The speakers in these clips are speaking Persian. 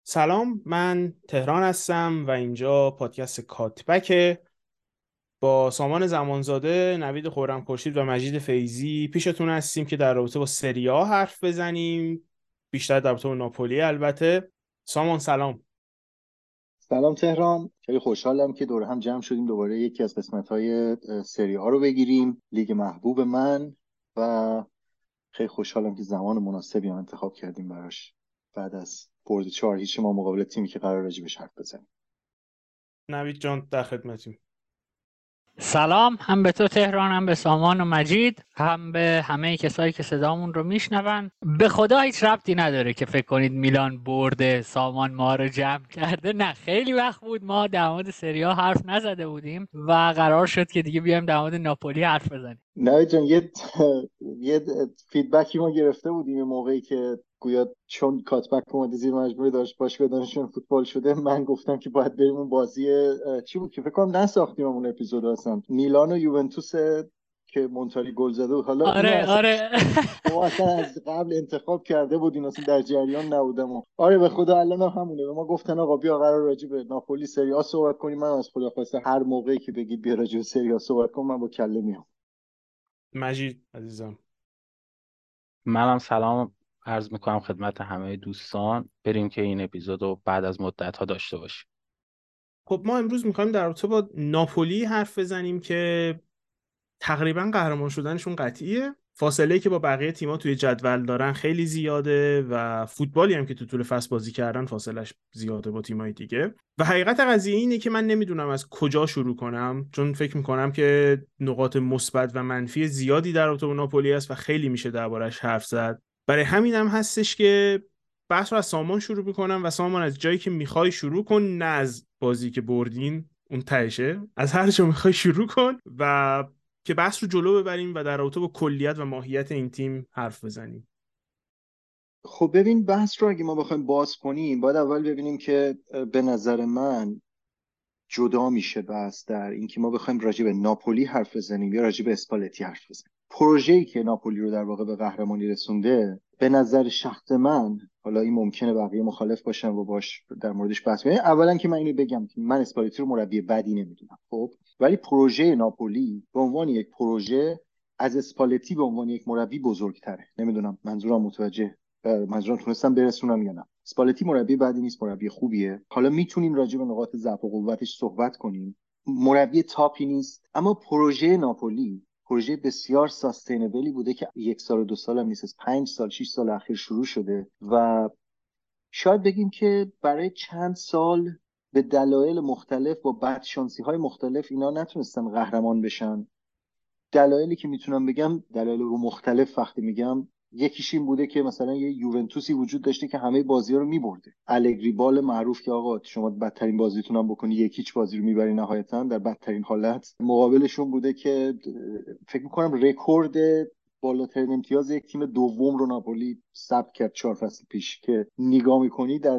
سلام، من تهران هستم و اینجا پادکست کاتبکه. با سامان زمانزاده، نوید خرم‌خورشید و مجید فیضی پیشتون هستیم که در رابطه با سری آ حرف بزنیم، بیشتر در رابطه با ناپولی البته. سامان سلام. سلام تهران، خیلی خوشحالم که دور هم جمع شدیم دوباره یکی از قسمت‌های سری آ رو بگیریم، لیگ محبوب من. و خیلی خوشحالم که زمان مناسبی هم انتخاب کردیم براش بعد از برد 4-0 ما مقابل تیمی که قرار راجبش حرف بزنیم. نوید جان در خدمتیم. سلام، هم به تو تهران، هم به سامان و مجید، هم به همه کسایی که صدامون رو میشنون. به خدا هیچ ربطی نداره که فکر کنید میلان برده سامان ما رو جمع کرده. نه، خیلی وقت بود ما در مورد سری آ حرف نزده بودیم و قرار شد که دیگه بیایم در مورد ناپولی حرف بزنیم. نوید جان، یه فیدبکی ما گرفته بودیم یه موقعی که گویا چون کاتبک اومده زیر مجموعه داشت باشگاه دانشجویان فوتبال شده، من گفتم که باید بریم اون بازی چی بود که فکر کنم نساختیم اون اپیزود اصلا، میلان و یوونتوس که مونتالی گل زده بود. حالا اینو آره اصلا آره. ما اصلا از قبل انتخاب کرده بودیم، اصلا در جریان نبودم. آره به خدا الان هم همونه. به ما گفتن آقا بیا قرار راجع به ناپولی سری آ صحبت کنیم. من از خدا خواسته هر موقعی که بگید بیا راجع به سری آ صحبت کنم، من با کله میام. مجید عزیزم. منم سلام عرض میکنم خدمت همه دوستان. بریم که این اپیزود رو بعد از مدت ها داشته باشیم. خب ما امروز میخوایم در رابطه با ناپولی حرف بزنیم که تقریبا قهرمان شدنشون قطعیه. فاصله‌ای که با بقیه تیم‌ها توی جدول دارن خیلی زیاده و فوتبالی هم که تو طول فصل بازی کردن فاصلهش زیاده با تیم‌های دیگه. و حقیقت قضیه اینه که من نمیدونم از کجا شروع کنم، چون فکر میکنم که نقاط مثبت و منفی زیادی در رابطه با ناپولی است و خیلی میشه دربارش حرف زد. برای همینم هستش که بحث رو از سامان شروع میکنم و سامان از جایی که میخوای شروع کن، نه از بازی که بردین اون تهشه، از هر جا میخوای شروع کن و که بحث رو جلو ببریم و در رابطه با کلیت و ماهیت این تیم حرف بزنیم. خب ببین، بحث رو اگه ما بخوایم باز کنیم باید اول ببینیم که به نظر من جدا میشه بحث در اینکه ما بخوایم راجع به ناپولی حرف بزنیم یا راجع به اسپالتی حرف بزنیم. پروژه‌ای که ناپولی رو در واقع به قهرمانی رسونده، به نظر شخص من، حالا این ممکنه بقیه مخالف باشن و باش در موردش بحث کنیم، اولا که من اینو بگم که من اسپالتی رو مربی بدی نمیدونم، خب، ولی پروژه ناپولی به عنوان یک پروژه از اسپالتی به عنوان یک مربی بزرگتره. نمیدونم منظورم متوجه منظورم تونستم برسونم یا نه. اسپالتی مربی بدی نیست، مربی خوبیه. حالا میتونیم راجع به نقاط ضعف و قوتش صحبت کنیم. مربی تاپی نیست، اما پروژه ناپولی پروژه بسیار ساستینبلی بوده که 1 سال و 2 سال هم نیست، از 5 سال 6 سال اخیر شروع شده و شاید بگیم که برای چند سال به دلایل مختلف با بدشانسی های مختلف اینا نتونستن قهرمان بشن. دلایلی که میتونم بگم، دلایل رو مختلف وقتی میگم، یکیش این بوده که مثلا یه یوونتوسی وجود داشته که همه بازی‌ها رو میبرده، الگری بال معروف که آقا شما بدترین بازیتون هم بکنی 1-0 بازی رو میبری نهایتا در بدترین حالت. مقابلشون بوده که فکر میکنم رکورد بالاترین امتیاز یک تیم دوم رو ناپولی ثبت کرد 4 فصل پیش، که نگاه میکنی در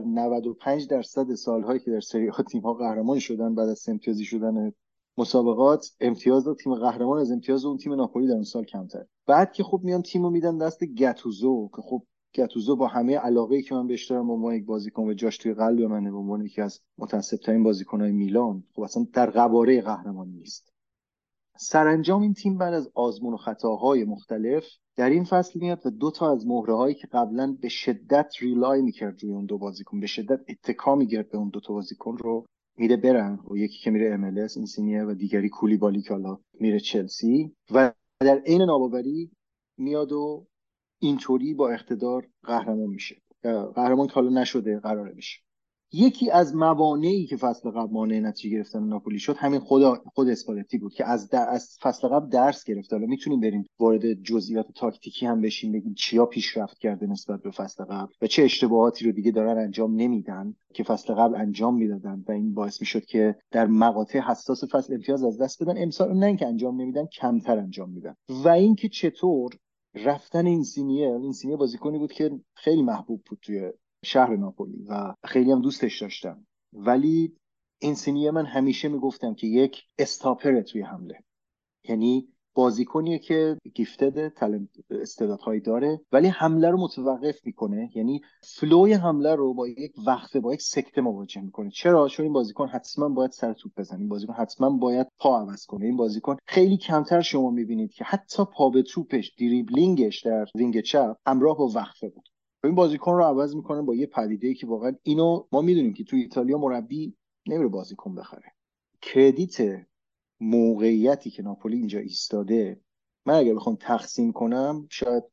95% سالهایی که در سری آ تیم‌ها قهرمان شدن بعد از امتیازی شدن مسابقات، امتیاز تیم قهرمان از امتیاز اون تیم ناپولی در اون سال کمتر. بعد که خب میان تیمو میدن دست گاتوزو که خب گاتوزو با همه علاقه‌ای که من بهش دارم به عنوان یک بازیکن و جاش توی قلب منه، به عنوان یکی از متعصب‌ترین بازیکن‌های میلان، خب اصلا در قواره قهرمانی نیست. سرانجام این تیم بعد از آزمون و خطاهای مختلف در این فصل میاد و 2 تا از مهره‌هایی که قبلا به شدت ریلای میکرد روی اون دو بازیکن، به شدت اتکا میگرد به اون 2 تا بازیکن رو میره برن. و یکی که میره MLS اینسینیه و دیگری کولیبالی که حالا میره چلسی، و در عین ناباوری میاد و اینطوری با اقتدار قهرمان میشه. قهرمان که حالا نشده، قراره بشه. یکی از موانعی که فصل قبل مانع نتیجه گرفتن ناپولی شد همین خود اسپالتی بود که از فصل قبل درس گرفته. حالا میتونیم بریم وارد جزئیات تاکتیکی هم بشیم، بگیم چیا پیشرفت کرده نسبت به فصل قبل و چه اشتباهاتی رو دیگه دارن انجام نمیدن که فصل قبل انجام میدادن و این باعث میشد که در مقاطع حساس فصل امتیاز از دست بدن. امسال نه اینکه انجام نمیدن، کمتر انجام میدن. و اینکه چطور رفتن اینسینیه بازیکنی بود که خیلی محبوب بود توی شهر ناپولی و خیلی هم دوستش داشتم، ولی اینسینیه من همیشه میگفتم که یک استاپره توی حمله، یعنی بازیکنیه که گیفتد، تالنت، استعدادهایی داره، ولی حمله رو متوقف میکنه. یعنی فلوی حمله رو با یک وقفه، با یک سکته مواجه میکنه. چرا؟ چون این بازیکن حتما باید سر توپ بزنه، این بازیکن حتما باید پا عوض کنه. این بازیکن خیلی کمتر شما میبینید که حتی پا به توپش، دریبلینگش در وینگ چپ همراه با وقفه بود. این بازیکن رو عوض میکنه با یه پدیده‌ای که واقعا اینو ما میدونیم که تو ایتالیا مربی نمیره بازیکن بخره. کردیت موقعیتی که ناپولی اینجا ایستاده، من اگر بخوام تقسیم کنم شاید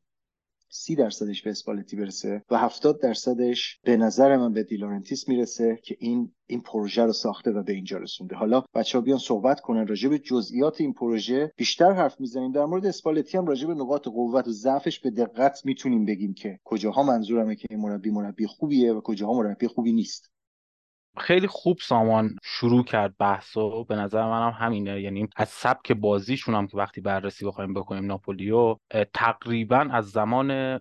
30% به اسپالتی برسه و 70% به نظر من به دیلورنتیس میرسه که این پروژه رو ساخته و به اینجا رسونده. حالا بچه‌ها بیان صحبت کنن راجع به جزئیات این پروژه، بیشتر حرف میزنیم. در مورد اسپالتی هم راجع به نقاط قوت و ضعفش به دقت میتونیم بگیم که کجاها منظورمه که این مربی خوبیه و کجاها مربی خوبی نیست. خیلی خوب سامان شروع کرد بحثو. به نظر منم همینه، یعنی از سبک بازیشون هم که وقتی بررسی بخوایم بکنیم ناپولیو، تقریبا از زمان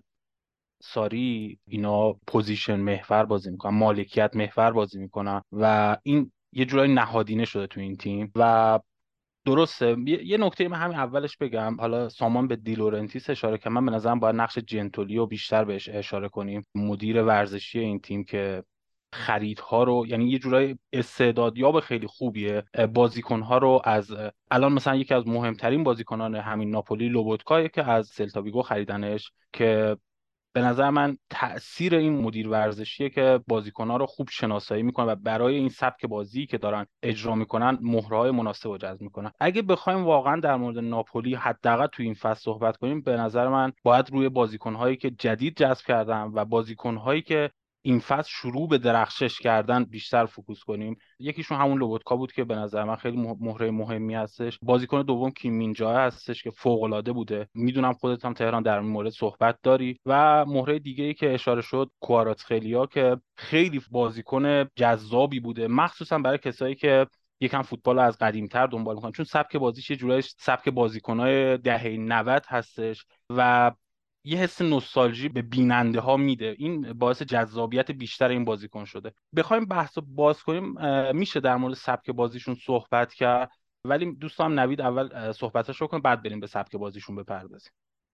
ساری اینا پوزیشن محور بازی میکنن، مالکیت محور بازی میکنن و این یه جورایی نهادینه شده تو این تیم. و درسته، یه نکته من همین اولش بگم، حالا سامان به دیلورنتیس اشاره که من به نظرم باید نقش جنتولی رو بیشتر بهش اشاره کنیم، مدیر ورزشی این تیم که خریدها رو، یعنی یه جورای استعدادیاب خیلی خوبیه، بازیکنها رو از الان مثلا یکی از مهمترین بازیکنان همین ناپولی لوبوتکا که از سلتا ویگو خریدنش، که به نظر من تأثیر این مدیر ورزشیه که بازیکن‌ها رو خوب شناسایی میکنه و برای این سبک بازی که دارن اجرا میکنن مهرهای مناسب رو جذب میکنن. اگه بخوایم واقعا در مورد ناپولی حداقل توی این فصل صحبت کنیم، به نظر من باید روی بازیکن‌هایی که جدید جذب کردن و بازیکن‌هایی که این فصل شروع به درخشش کردن بیشتر فوکوس کنیم. یکیشون همون لوبوتکا بود که به نظر من خیلی مهره مهمی هستش. بازیکن دوم کیم مین جای هستش که فوق العاده بوده، میدونم خودت هم تهران در این مورد صحبت داری. و مهره دیگه ای که اشاره شد کواراتسخلیا که خیلی بازیکن جذابی بوده، مخصوصا برای کسایی که یکم فوتبال از قدیمتر دنبال میکنن، چون سبک بازیش یه جورایی سبک بازیکنای دهه 90 هستش و یه حس نوستالژی به بیننده ها میده. این باعث جذابیت بیشتر این بازیکن شده. بخوایم بحث رو باز کنیم، میشه در مورد سبک بازیشون صحبت کرد، ولی دوستان نوید اول صحبتش رو کنه بعد بریم به سبک بازیشون بپردازیم.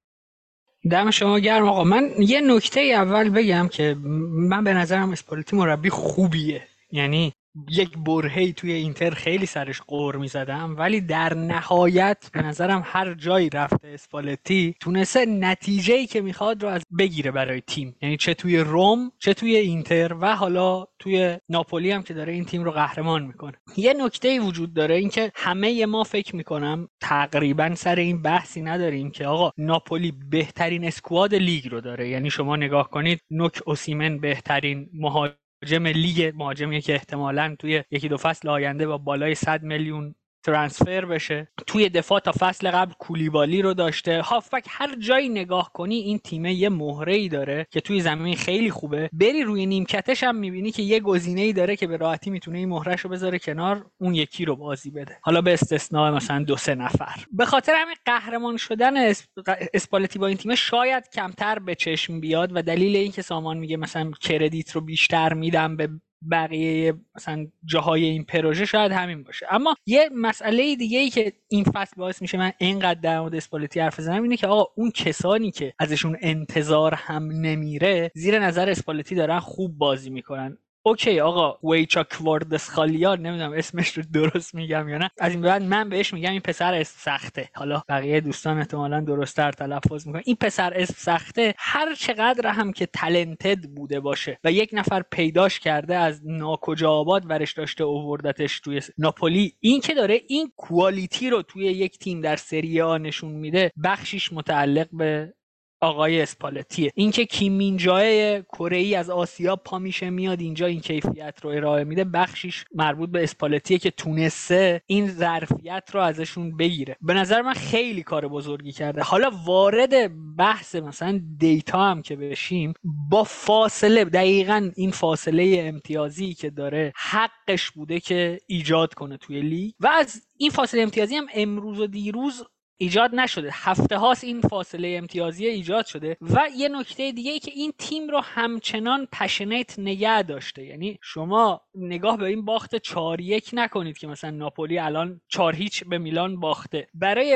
دم شما گرم آقا. من یه نکته اول بگم که من به نظرم اسپالتی مربی خوبیه، یعنی یک برهه‌ای توی اینتر خیلی سرش قور می‌زدم، ولی در نهایت به نظرم هر جایی رفته اسپالتی تونسته نتیجه‌ای که میخواد رو از بگیره برای تیم، یعنی چه توی روم چه توی اینتر و حالا توی ناپولی هم که داره این تیم رو قهرمان میکنه. یه نکته‌ای وجود داره، این که همه ما فکر میکنم تقریبا سر این بحثی نداریم که آقا ناپولی بهترین اسکواد لیگ رو داره. یعنی شما نگاه کنید، نوک اوسیمن بهترین مهاجم لیگ، مهاجمیه که احتمالاً توی یکی دو فصل آینده با بالای 100 میلیون ترانسفر بشه. توی دفاع تا فصل قبل کولیبالی رو داشته. هافبک هر جایی نگاه کنی این تیم یه مهره‌ای داره که توی زمین خیلی خوبه. بری روی نیمکتش هم میبینی که یه گزینه‌ای داره که به راحتی میتونه این مهرهشو بذاره کنار، اون یکی رو بازی بده، حالا به استثناء مثلا 2-3 نفر. به خاطر همین قهرمان شدن اسپالتی با این تیم شاید کمتر به چشم بیاد و دلیل این که سامان میگه مثلا کردیت رو بیشتر میدم به بقیه مثلا جاهای این پروژه شاید همین باشه. اما یه مسئله دیگه ای که این فصل باعث میشه من اینقدر در مورد اسپالتی حرف بزنم اینه که آقا اون کسانی که ازشون انتظار هم نمیره زیر نظر اسپالتی دارن خوب بازی میکنن. اوکی آقا، ویچا کواردسخالیا، نمیدونم اسمش رو درست میگم یا نه، از این بعد من بهش میگم این پسر اسم سخته، حالا بقیه دوستان احتمالاً درست‌تر تلفظ میکنن. این پسر اسم سخته هر چقدر هم که تالنتد بوده باشه و یک نفر پیداش کرده از ناکجا آباد ورش داشته اووردتش توی ناپولی، این که داره این کوالیتی رو توی یک تیم در سری آ نشون میده بخشیش متعلق به آقای اسپالتیه. اینکه کیم مین جای کره‌ای از آسیا پا میشه میاد اینجا این کیفیت رو ارائه میده بخشیش مربوط به اسپالتیه که تونسته این ظرفیت رو ازشون بگیره. به نظر من خیلی کار بزرگی کرده. حالا وارد بحث مثلا دیتا هم که بشیم، با فاصله دقیقاً این فاصله امتیازی که داره حقش بوده که ایجاد کنه توی لیگ و از این فاصله امتیازی هم امروز و دیروز ایجاد نشده، هفته هاست این فاصله امتیازی ایجاد شده. و یه نکته دیگه ای که این تیم رو همچنان پشنیت نگه داشته، یعنی شما نگاه به این باخت 4-1 نکنید که مثلا ناپولی الان 4-0 به میلان باخته. برای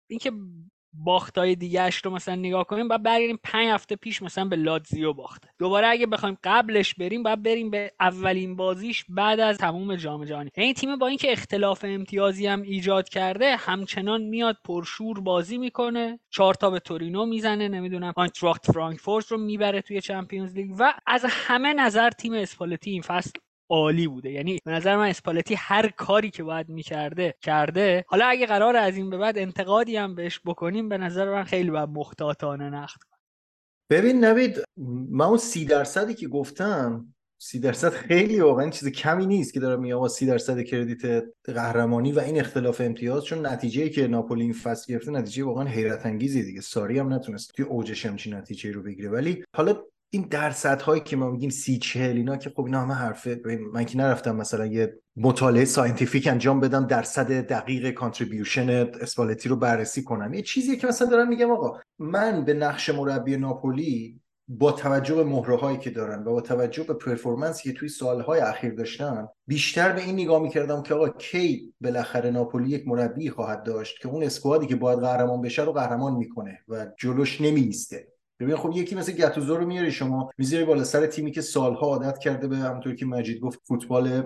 اینکه باختای دیگه‌اش رو مثلا نگاه کنیم، بعد برگردیم 5 هفته پیش مثلا به لاتزیو باخته. دوباره اگه بخوایم قبلش بریم، بعد بریم به اولین بازیش بعد از تموم جام جهانی. این تیم با اینکه اختلاف امتیازی هم ایجاد کرده، همچنان میاد پرشور بازی میکنه، 4 تا به تورینو میزنه، نمیدونم آینتراخت فرانکفورت رو میبره توی چمپیونز لیگ و از همه نظر تیم اسپالتی این فصل عالی بوده. یعنی به نظر من اسپالتی هر کاری که باید میکرده کرده. حالا اگه قرار از این به بعد انتقادی هم بهش بکنیم، به نظر من خیلی باید محتاطانه نقد کنیم. ببین نوید، من اون 30% که گفتم، 30% خیلی واقعا چیز کمی نیست که دارم میگم 30% کردیت قهرمانی و این اختلاف امتیاز، چون نتیجه‌ای که ناپولی این فصل گرفته نتیجه واقعا حیرت انگیزی دیگه. ساری هم نتونست توی اوجش همچین نتیجه‌ای رو بگیره. ولی حالا این درصدهایی که ما میگیم 30-40 اینا که خب اینا همه حرفه. من که نرفتم مثلا یه مطالعه ساینتیفیک انجام بدم درصد دقیق کانتریبیوشن اسپالتی رو بررسی کنم. یه چیزیه که مثلا دارم میگم آقا من به نقش مربی ناپولی با توجه به مهره‌هایی که دارن و با توجه به پرفورمنسی که توی سالهای اخیر داشتن، بیشتر به این نگاه می‌کردم که آقا کی بالاخره ناپولی یک مربی خواهد داشت که اون اسکوادی که باید قهرمان بشه رو قهرمان میکنه و جلوش نمی‌ایسته. ببین خب یکی مثل گاتوزو رو میاری شما میذاری بالا سر تیمی که سالها عادت کرده به، همونطور که مجید گفت، فوتبال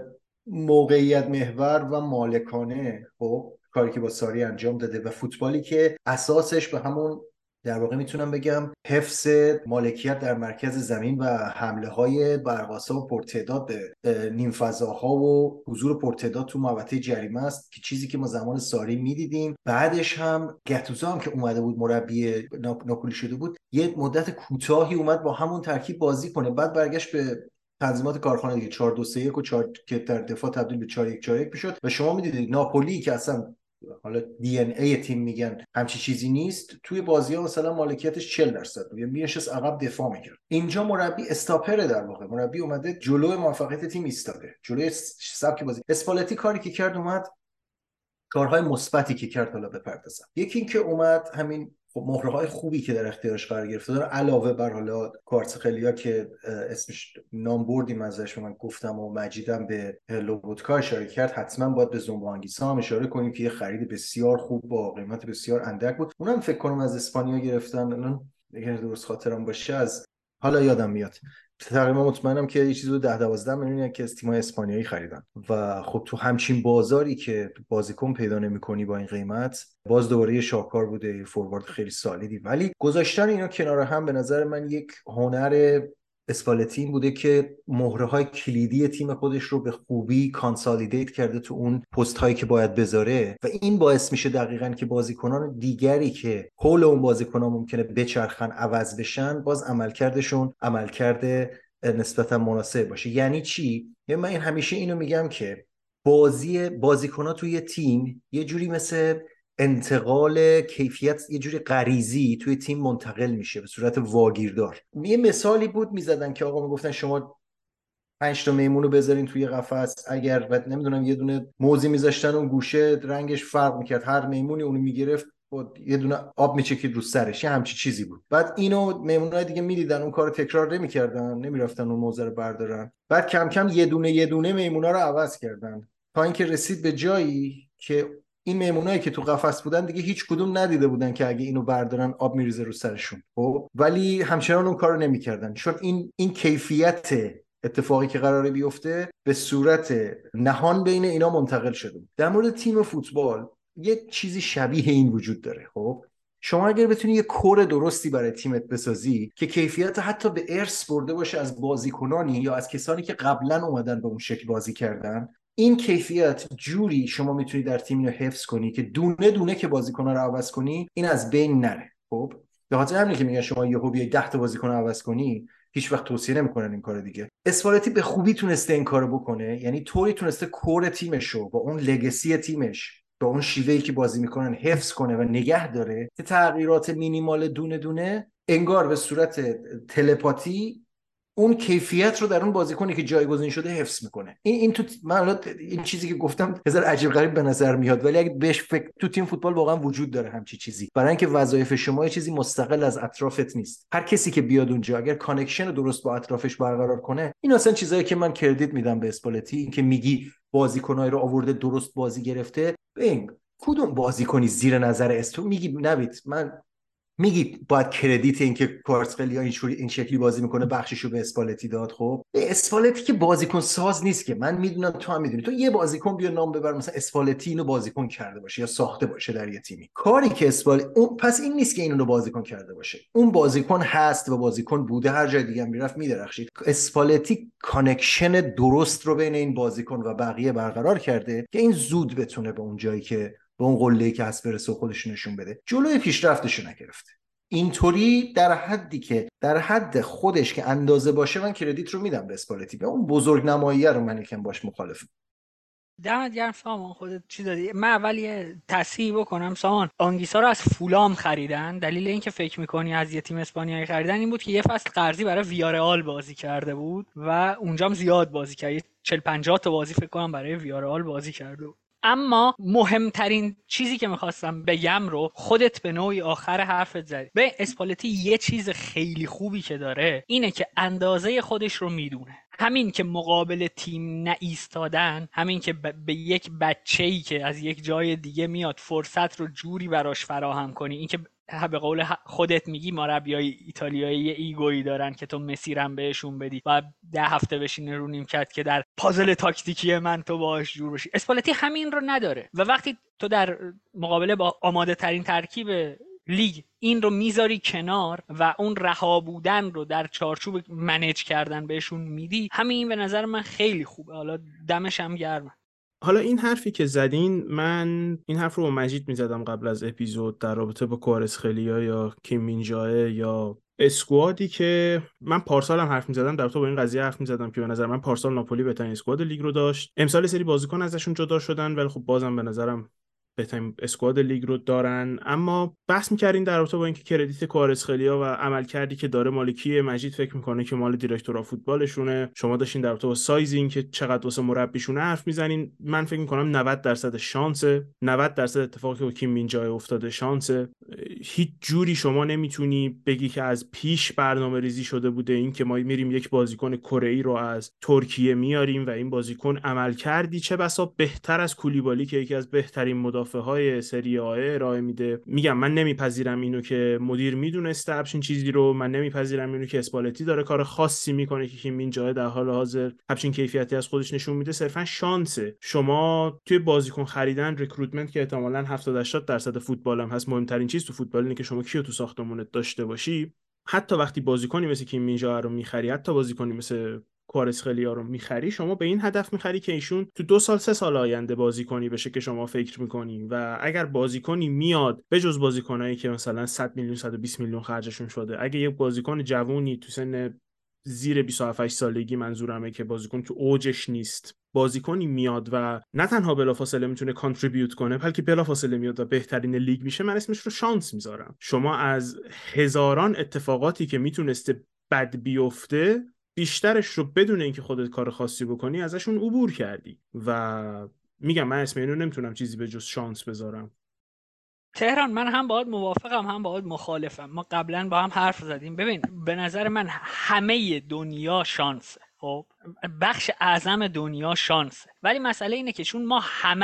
موقعیت محور و مالکانه، خب کاری که با ساری انجام داده و فوتبالی که اساسش به همون در واقع میتونم بگم حفظ مالکیت در مرکز زمین و حمله های برقاسا و پرتعداد به نیم فضاها و حضور پرتعداد تو محوطه جریمه است، که چیزی که ما زمان ساری میدیدیم. بعدش هم گاتوزو هم که اومده بود مربی ناپولی شده بود، یه مدت کوتاهی اومد با همون ترکیب بازی کنه، بعد برگشت به تنظیمات کارخانه دیگه 4-2-3-1 و 4 که در دفاع تبدیل به 4-1-4-1 میشد. و شما میدیدید ناپولی که اصلا حالا دی ان ای تیم میگن همچی چیزی نیست، توی بازی ها مثلا مالکیتش 40% بود، میشست عقب دفاع میکرد. اینجا مربی استاپره، در واقع مربی اومده جلوی موفقیت تیم ایستاده، جلوی سبک بازی. اسپالتی کاری که کرد، اومد کارهای مثبتی که کرد حالا بپردازم. یکی این که اومد همین خب مهره‌های خوبی که در اختیارش قرار گرفته داره، علاوه بر حالا کارتخلیا که اسمش نام بردیم ازش و من گفتم و مجیدم به لوبوتکا اشاره کرد، حتما باید به زومبانگیسا هم اشاره کنیم که یه خرید بسیار خوب با قیمت بسیار اندک بود. اونم فکر کنم از اسپانیا گرفتن، الان اگر درست خاطرم باشه از حالا یادم میاد، تقریبا مطمئنم که یه چیزی رو 10-12 میلیون که از تیم‌های اسپانیایی خریدن. و خب تو همچین بازاری که بازیکن پیدا نمی‌کنی با این قیمت، باز دوباره یه شاهکار بوده، یه فوروارد خیلی سالیدی. ولی گذاشتن اینا کنار هم به نظر من یک هنر اسپالتی این بوده که مهره‌های کلیدی تیم خودش رو به خوبی کانسالیدیت کرده تو اون پست‌هایی که باید بذاره و این باعث میشه دقیقاً که بازیکنان دیگری که حول اون بازیکنان ممکنه بچرخن عوض بشن، باز عملکردشون عملکرد نسبتا مناسب باشه. یعنی چی؟ یعنی من همیشه اینو میگم که بازیکن‌ها توی تیم یه جوری مثل انتقال کیفیت، یه جوری غریزی توی تیم منتقل میشه به صورت واگیردار. یه مثالی بود میزدن که آقا میگفتن شما 5 تا میمون رو بذارین توی قفس، اگر بعد نمیدونم یه دونه موزی میذاشتن اون گوشه رنگش فرق میکرد، هر میمونی اونو میگرفت یه دونه آب میچکید رو سرش، یه همچی چیزی بود. بعد اینو میمونای دیگه میدیدن اون کارو تکرار نمیکردن، نمیرفتن اون موزه رو بردارن، بعد کم کم یه دونه میمونا رو عوض کردن تا اینکه رسید به جایی که این میمونایی که تو قفس بودن دیگه هیچ کدوم ندیده بودن که اگه اینو بردارن آب میریزه رو سرشون. خب ولی همچنان اون کارو نمیکردن، چون این کیفیت اتفاقی که قراره بیفته به صورت نهان بین اینا منتقل شده. در مورد تیم فوتبال یه چیزی شبیه این وجود داره. خب شما اگر بتونی یه کور درستی برای تیمت بسازی که کیفیت حتی به ارث برده باشه از بازیکنانی یا از کسانی که قبلا اومدن به اون شکل بازی کردن، این کیفیت جوری شما میتونی در تیم رو حفظ کنی که دونه دونه که بازیکن‌ها رو عوض کنی این از بین نره. خب به خاطر همینه که میگن شما یهو بیای 10 تا بازیکن عوض کنی، هیچ وقت توصیه نمیکنن این کارو دیگه. اسپالتی به خوبی تونسته این کارو بکنه، یعنی طوری تونسته کور تیمشو با اون لگسی تیمش، با اون شیوهی که بازی میکنن حفظ کنه و نگه داره که تغییرات مینیمال دونه دونه انگار به صورت تلپاتی اون کیفیت رو در اون بازیکنی که جایگزین شده حفظ میکنه. این تو من این چیزی که گفتم هزار عجیب غریب به نظر میاد، ولی اگه بهش فکر تو تیم فوتبال واقعا وجود داره همچی چیزی، برای اینکه وظایف شما یه چیزی مستقل از اطرافت نیست. هر کسی که بیاد اونجا اگر کانکشن رو درست با اطرافش برقرار کنه، این اصلا چیزایی که من کردیت میدم به اسپالتی، این که میگی بازیکنای رو آورده درست بازی گرفته، ببین کدوم بازیکنی زیر نظر استو میگی نوید من میگی باید کردیت این که کوارتزخلیا این شکلی بازی میکنه بخششو به اسپالتی داد. خب اسپالتی که بازیکن ساز نیست که، من میدونم تو هم میدونی. تو یه بازیکن بیا نام ببر مثلا اسپالتی اینو بازیکن کرده باشه یا ساخته باشه در یه تیمی. کاری که اون پس این نیست که اینو بازیکن کرده باشه. اون بازیکن هست و بازیکن بوده، هر جای دیگه هم میرفت میدرخشید. اسپالتی کانکشن درست رو بین این بازیکن و بقیه برقرار کرده که این زود بتونه به اون جایی که به اون قله‌ای که هست برسه و خودش نشون بده. جلوی پیشرفتش نگرفته. اینطوری در حدی که در حد خودش که اندازه باشه من کردیت رو میدم به اسپالتی. به اون بزرگ نماییه رو من یکم باش مخالفم. دمت گرم سامان، خودت چی دادی؟ من اول یه تصحیح بکنم سامان. آنگیسا رو از فولام خریدن. دلیل اینکه فکر میکنی از یه تیم اسپانیایی خریدن این بود که یه فصل قرضی برای ویارئال بازی کرده بود و اونجام زیاد بازی کرد. 40-50 تا بازی فکر کنم برای ویارئال بازی کرده بود. اما مهمترین چیزی که میخواستم بگم رو خودت به نوعی آخر حرفت زدی. به اسپالتی یه چیز خیلی خوبی که داره اینه که اندازه خودش رو میدونه. همین که مقابل تیم نایستادن، همین که به یک بچه‌ای که از یک جای دیگه میاد فرصت رو جوری براش فراهم کنی، این که به قول خودت میگی مربیای ایتالیایی یه ایگویی دارن که تو مسیرم بهشون بدی و 10 هفته بشینه رو نیمکت که در پازل تاکتیکی من تو باهاش جور بشی. اسپالتی همین رو نداره و وقتی تو در مقابله با آماده ترین ترکیب لیگ این رو میذاری کنار و اون رها بودن رو در چارچوب منیج کردن بهشون میدی، همین به نظر من خیلی خوبه. حالا دمش هم گرمه. حالا این حرفی که زدین، من این حرف رو با مجید میزدم قبل از اپیزود در رابطه با کوارتزخلیا یا کیم مینجائه یا اسکوادی که من پارسال هم حرف میزدم در رابطه با این قضیه حرف میزدم که به نظر من پارسال ناپولی بهترین اسکواد لیگ رو داشت. امسال سری بازیکن ازشون جدا شدن ولی خب بازم به نظرم بهترین اسکواد لیگ رو دارن. اما بحث می‌کردین در رابطه با اینکه کردیت کوارتزخلیا و عملکردی که داره مالکیه، مجید فکر میکنه که مال دیرکتورا فوتبالشونه، شما داشتین در رابطه با سایز این که چقدر واسه مربیشونه حرف میزنین. من فکر میکنم 90% شانسه، 90% اتفاقی که با کیم مینجای افتاده شانسه. هیچ جوری شما نمیتونی بگی که از پیش برنامه‌ریزی شده بوده این که ما میریم یک بازیکن کره‌ای رو از ترکیه میاریم و این بازیکن عملکردی چه بسا بهتر از کولیبالی که یکی از بهترین مدافع‌های سری آ ارائه میده. میگم من نمیپذیرم اینو که مدیر میدونسته همچین چیزی رو، من نمیپذیرم اینو که اسپالتی داره کار خاصی میکنه که کیم مینجای در حال حاضر همچین کیفیتی از خودش نشون میده. صرفا شانسه. شما توی بازیکن خریدن، ریکروتمنت که احتمالاً 70-80% فوتبال هم هست، مهمترین چیز تو فوتبال اینه که شما کیو تو ساختمونت داشته باشی. حتی وقتی بازیکنی مثل کیم مینجا رو میخری، حتی بازیکنی مثل کوارتزخلیا رو میخری، شما به این هدف میخری که ایشون تو 2 سال 3 سال آینده بازیکنی بشه که شما فکر میکنی. و اگر بازیکنی میاد به جز بازیکنایی که مثلا 100 میلیون 120 میلیون خرجشون شده، اگه یه بازیکن جوونی تو سن زیر 27 سالگی، منظورمه که بازیکن تو اوجش نیست، بازیکنی میاد و نه تنها بلافاصله میتونه کانتریبیوت کنه بلکه بلافاصله میاد و بهترین لیگ میشه، من اسمش رو شانس میذارم. شما از هزاران اتفاقاتی که میتونسته بد بیفته، بیشترش رو بدون اینکه خودت کار خاصی بکنی ازشون عبور کردی. و میگم من اسم اینو نمیتونم چیزی به جز شانس بذارم. تهران، من هم باهات موافقم هم باهات مخالفم. ما قبلا با هم حرف زدیم. ببین، به نظر من همه دنیا شانسه. خب بخش اعظم دنیا شانسه، ولی مسئله اینه که چون ما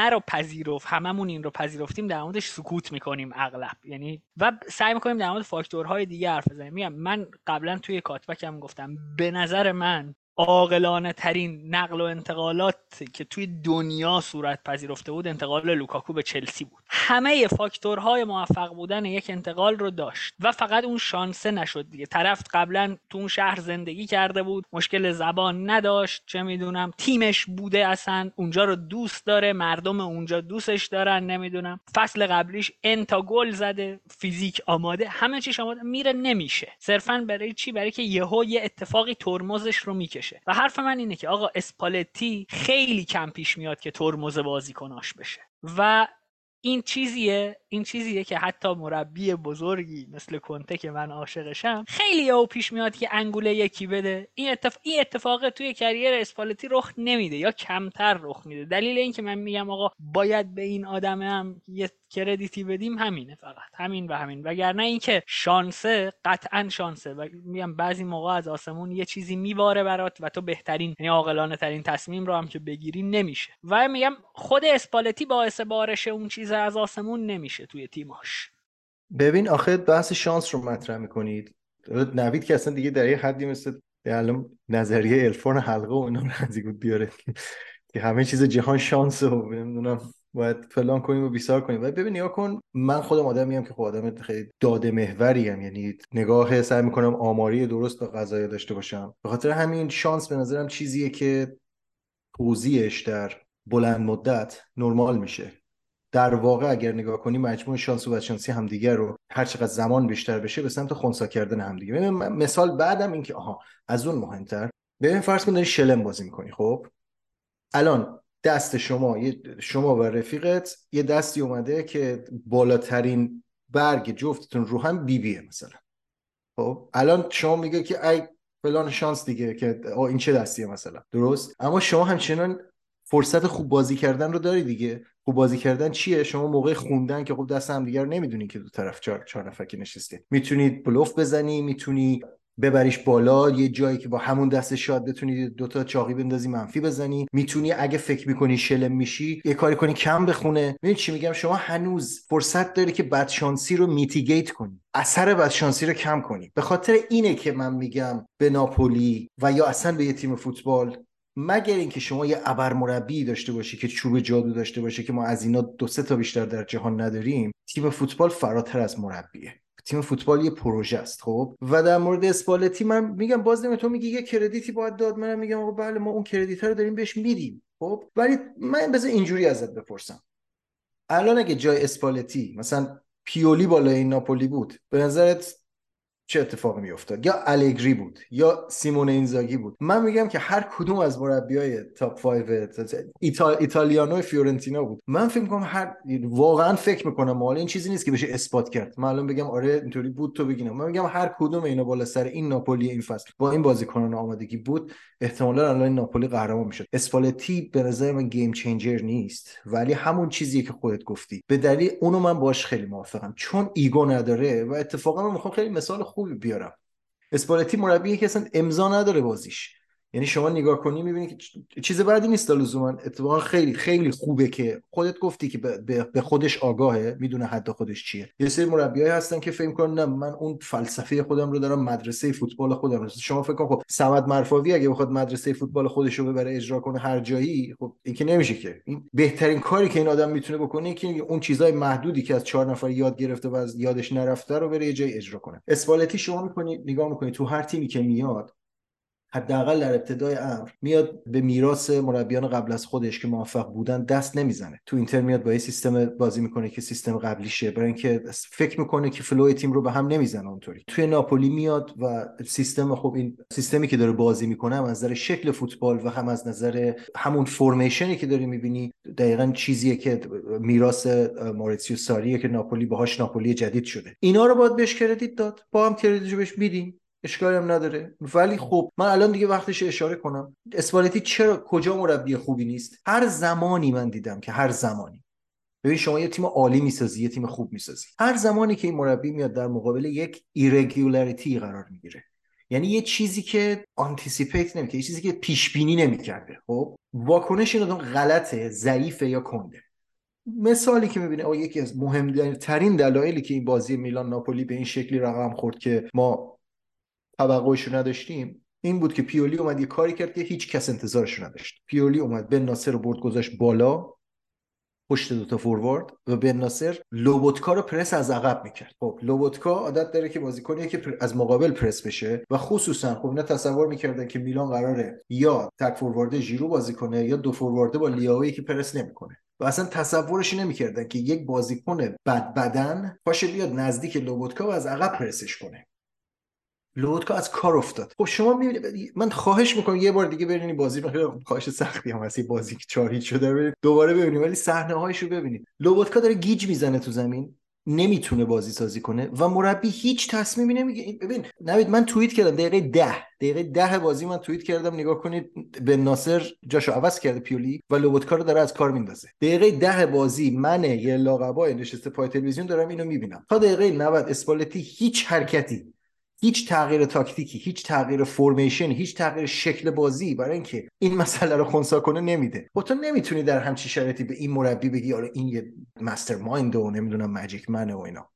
هممون این رو پذیرفتیم، در موردش سکوت میکنیم اغلب، یعنی و سعی میکنیم در مورد فاکتورهای دیگه حرف بزنیم. میگم من قبلا توی کاتبکم گفتم به نظر من عاقلانه ترین نقل و انتقالات که توی دنیا صورت پذیرفته بود انتقال لوکاکو به چلسی بود. همه فاکتورهای موفق بودن یک انتقال رو داشت و فقط اون شانسه نشد دیگه. طرف قبلا تو اون شهر زندگی کرده بود، مشکل زبان نداشت، چه میدونم تیمش بوده، اصلا اونجا رو دوست داره، مردم اونجا دوستش دارن، نمیدونم فصل قبلیش انتا گل زده، فیزیک آماده، همه چیش آماده، میره نمیشه. صرفا برای چی؟ برای که یهو یه اتفاقی ترمزش رو میکشه. و حرف من اینه که آقا اسپالتی خیلی کم پیش میاد که ترمز بازیکناش بشه و این چیزیه که حتی مربی بزرگی مثل کنته که من عاشقشم خیلی او پیش میاد که انگوله یکی بده. این اتفاق توی کریر اسپالتی رخ نمیده یا کمتر رخ میده. دلیل این که من میگم آقا باید به این آدم هم یه کردیتی بدیم همینه، فقط همین و همین، وگرنه اینکه شانسه، قطعا شانسه و میگم بعضی موقع از آسمون یه چیزی میباره برات و تو بهترین یعنی عاقلانه ترین تصمیم رو هم که بگیری نمیشه. و میگم خود اسپالتی باعث بارش اون چیز از آسمون نمیشه توی تیماش. ببین آخه بحث شانس رو مطرح میکنید، نوید که اصلا دیگه در یه حدی مثل الان نظریه عرفان حلقه و اینا رو نزدیک بود بیاره که همه چیز جهان شانسه و نمیدونم باید فلان کنیم و بیسار کنیم. و ببین نگاه کن، من خودم آدمیم که خب آدم خیلی داده محوری ام، یعنی نگاه سعی میکنم آماری درست به قضایا داشته باشم. به خاطر همین شانس به نظرم چیزیه که توزیعش در بلند مدت نرمال میشه. در واقع اگر نگاه کنی مجموع شانس و بدشانسی همدیگه رو هر چقدر زمان بیشتر بشه به سمت خنثی کردن همدیگه. ببین مثال بعدم این که از اون مهمتر، ببین فرض کن داری شلم بازی میکنی. خب الان دست شما و رفیقت یه دستی اومده که بالاترین برگ جفتتون رو هم بیه مثلا. خب الان شما میگه که ای فلان شانس دیگه که این چه دستیه مثلا، درست؟ اما شما همچنان فرصت خوب بازی کردن رو داری دیگه. خوب بازی کردن چیه؟ شما موقع خوندن که خب دست هم دیگه رو نمیدونین که دو طرف چهار نفر که نشسته، میتونید بلوف بزنی، میتونی ببریش بالا یه جایی که با همون دست شاد بتونی دوتا چاقی بندازی منفی بزنی، میتونی اگه فکر میکنی شلم میشی یه کاری کنی کم بخونه. ببین چی میگم، شما هنوز فرصت داری که بدشانسی رو میتیگیت کنی، اثر بدشانسی رو کم کنی. به خاطر اینه که من میگم به ناپولی و یا اصلا به یه تیم فوتبال، مگر اینکه شما یه ابرمربی داشته باشی که چوب جادو داشته باشه که ما از اینا 2-3 تا بیشتر در جهان نداریم، تیم فوتبال فراتر از مربیه. تیم فوتبال یه پروژه است. خب و در مورد اسپالتی من میگم باز تو میگی یه کردیتی باید داد، منم میگم آقا بله ما اون کردیت رو داریم بهش میدیم. خب ولی من بذار اینجوری ازت بپرسم، الان اگه جای اسپالتی مثلا پیولی بالای این ناپولی بود، به نظرت چه اتفاقی میافتاد؟ یا الگری بود یا سیمون اینزاگی بود، من میگم که هر کدوم از مربیای تاپ 5 ایتالیانو فیورنتینا بود، من فکر میکنم واقعا فکر میکنم حالا این چیزی نیست که بشه اثبات کرد من الان بگم آره اینطوری بود تو بگینم، من میگم هر کدوم اینا بالا سر این ناپولی این فصل با این بازیکنان آمادگی بود، احتمالاً الان این ناپولی قهرمان میشد. اسپالتی به نظر من گیم چنجر نیست، ولی همون چیزی که خودت گفتی به دلیل اونو من باش خیلی موافقم، چون ایگو نداره. و اتفاقا من میخوام خیلی مثال خوبی بیارم. اسپالتی مربیه که اصلا امضا نداره بازیش، یعنی شما نگاه کنی میبینی که چیز بعدی نیست لزوما، اتفاقا خیلی خیلی خوبه که خودت گفتی که به خودش آگاهه، میدونه حد خودش چیه. یه سری مربیای هستن که فکر می‌کنن نه من اون فلسفه خودم رو دارم، مدرسه فوتبال خودم رو. شما فکر کن خب صمد مرفاوی اگه بخواد مدرسه فوتبال خودش رو ببره اجرا کنه هر جایی، خب این که نمیشه که. این بهترین کاری که این آدم میتونه بکنه که اون چیزای محدودی که از 4 نفر یاد گرفته و از یادش نرفته رو بره یه جایی اجرا کنه. اسپالتی شما می‌کنی نگاه می‌کنی تو هر تیمی که میاد، حداقل در ابتدای امر میاد به میراث مربیان قبل از خودش که موفق بودن دست نمیزنه. تو اینتر میاد با یه سیستم بازی میکنه که سیستم قبلیشه، برای اینکه فکر میکنه که فلوی تیم رو به هم نمیزنه اونطوری. توی ناپولی میاد و سیستم، خب این سیستمی که داره بازی میکنه هم از نظر شکل فوتبال و هم از نظر همون فرمیشنی که داری میبینی دقیقاً چیزیه که میراث موریتسیو ساریه که ناپولی باهاش ناپولی جدید شده. اینا رو باید بهش کردیت داد، با هم کردیتشو بهش میدیم، اشکالی هم نداره. ولی خب من الان دیگه وقتش اشاره کنم، اسپالتی کجا مربی خوبی نیست؟ هر زمانی من دیدم که هر زمانی، ببین شما یه تیم عالی میسازی، یه تیم خوب میسازی، هر زمانی که این مربی میاد در مقابل یک ایرگولاریتی قرار میگیره، یعنی یه چیزی که آنتیسیپیت نمیکنه، یه چیزی که پیش بینی نمیکرده، خب واکنش این آدم غلطه، ضعیفه یا کنده. مثالی که میبینه یکی از مهمترین دلایلی که این بازی میلان ناپولی به این شکلی رقم خورد که ما توقعش رو نداشتیم این بود که پیولی اومد یه کاری کرد که هیچ کس انتظارش نداشت. پیولی اومد بن ناصر رو برد گذاشت بالا پشت دوتا فوروارد و بن ناصر لوبوتکا رو پرس از عقب میکرد. خب لوبوتکا عادت داره که بازیکنیه که از مقابل پرس بشه و خصوصا خب اینا تصور میکردن که میلان قراره یا تک فوروارد ژیرو بازی کنه یا دو فوروارد با لیاوی که پرس نمیکنه و اصلا تصورش نمیکردن که یک بازیکن بد بدن پاشه بیاد نزدیک لوبوتکا و از عقب پرسش کنه. لوبوتکا از کار افتاد. خب شما میبینید، من خواهش میکنم یه بار دیگه برینی بازی رو، خیلی خواهش سختی هم هست بازی که 4-0 شده برید دوباره ببینید، ولی صحنه هایشو ببینید. لوبوتکا داره گیج میزنه تو زمین، نمیتونه بازی سازی کنه و مربی هیچ تصمیمی نمیگه. ببین نوید، من توییت کردم دقیقه 10 بازی من توییت کردم نگاه کنید، بن ناصر جاشو عوض کرده پیولی و لوبوتکا رو داره از کار میندازه. دقیقه 10 بازی من یه لاقبای نشسته پای تلویزیون دارم اینو میبینم. تا دقیقه 90 اسپالتی هیچ حرکتی، هیچ تغییر تاکتیکی، هیچ تغییر فرمیشن، هیچ تغییر شکل بازی برای اینکه این مسئله رو خنثی کنه نمیده. و تو نمیتونی در همچین شرایطی به این مربی بگی آره این یه مسترمایند و نمیدونم ماجیک منه و اینا.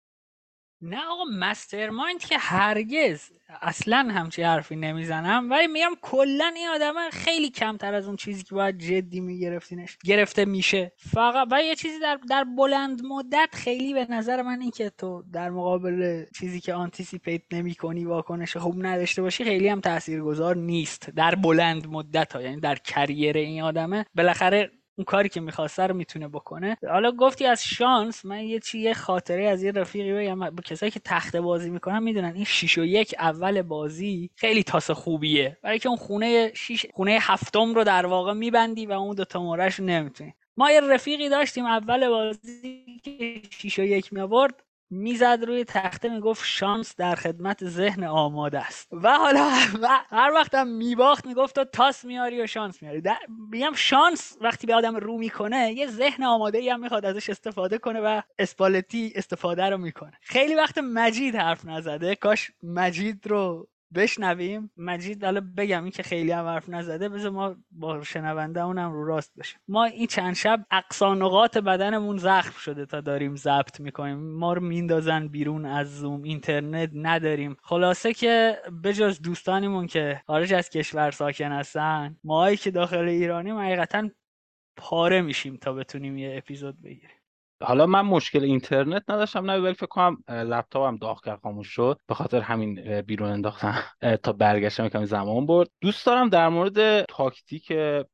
نه آقا، مسترمایند که هرگز، اصلا همچی حرفی نمیزنم، ولی میگم کلا این آدم خیلی کمتر از اون چیزی که باید جدی میگرفتینش گرفته میشه. فقط و یه چیزی در بلند مدت خیلی به نظر من این که تو در مقابل چیزی که آنتیسیپیت نمی‌کنی واکنش خوب نداشته باشی خیلی هم تاثیرگذار نیست در بلند مدت ها. یعنی در کریر این آدمه بالاخره اون کاری که میخواسته رو میتونه بکنه. حالا گفتی از شانس، من یه خاطره از یه رفیقی بگم. با کسایی که تخته بازی میکنن میدونن این 6-1 اول بازی خیلی تاس خوبیه، برای که اون خونه هفتم رو در واقع میبندی و اون دوتا مورش رو نمیتونی. ما یه رفیقی داشتیم اول بازی که 6-1 میآورد، میزد روی تخته میگفت شانس در خدمت ذهن آماده است. و حالا هر وقتم میباخت میگفت تو تاس میاری و شانس میاری. میگم شانس وقتی به آدم رو میکنه یه ذهن آماده ای هم میخواد ازش استفاده کنه و اسپالتی استفاده رو میکنه. خیلی وقت مجید حرف نزده، کاش مجید رو بشنویم. مجید، حالا بگم این که خیلی هم حرف نزده، بذار ما با شنونده اونم رو راست باشیم. ما این چند شب اقصا نقاط بدنمون زخم شده تا داریم ضبط میکنیم، ما رو میندازن بیرون از زوم، اینترنت نداریم. خلاصه که بجز دوستانمون که خارج از کشور ساکن هستن، ماهایی که داخل ایرانیم حقیقتا پاره میشیم تا بتونیم یه اپیزود بگیریم. حالا من مشکل اینترنت نداشتم، نه ولی فکر کنم لپتاپم داغ کرد، خاموش شد، به خاطر همین بیرون انداختم تا برگشتم کمی زمان برد. دوست دارم در مورد تاکتیک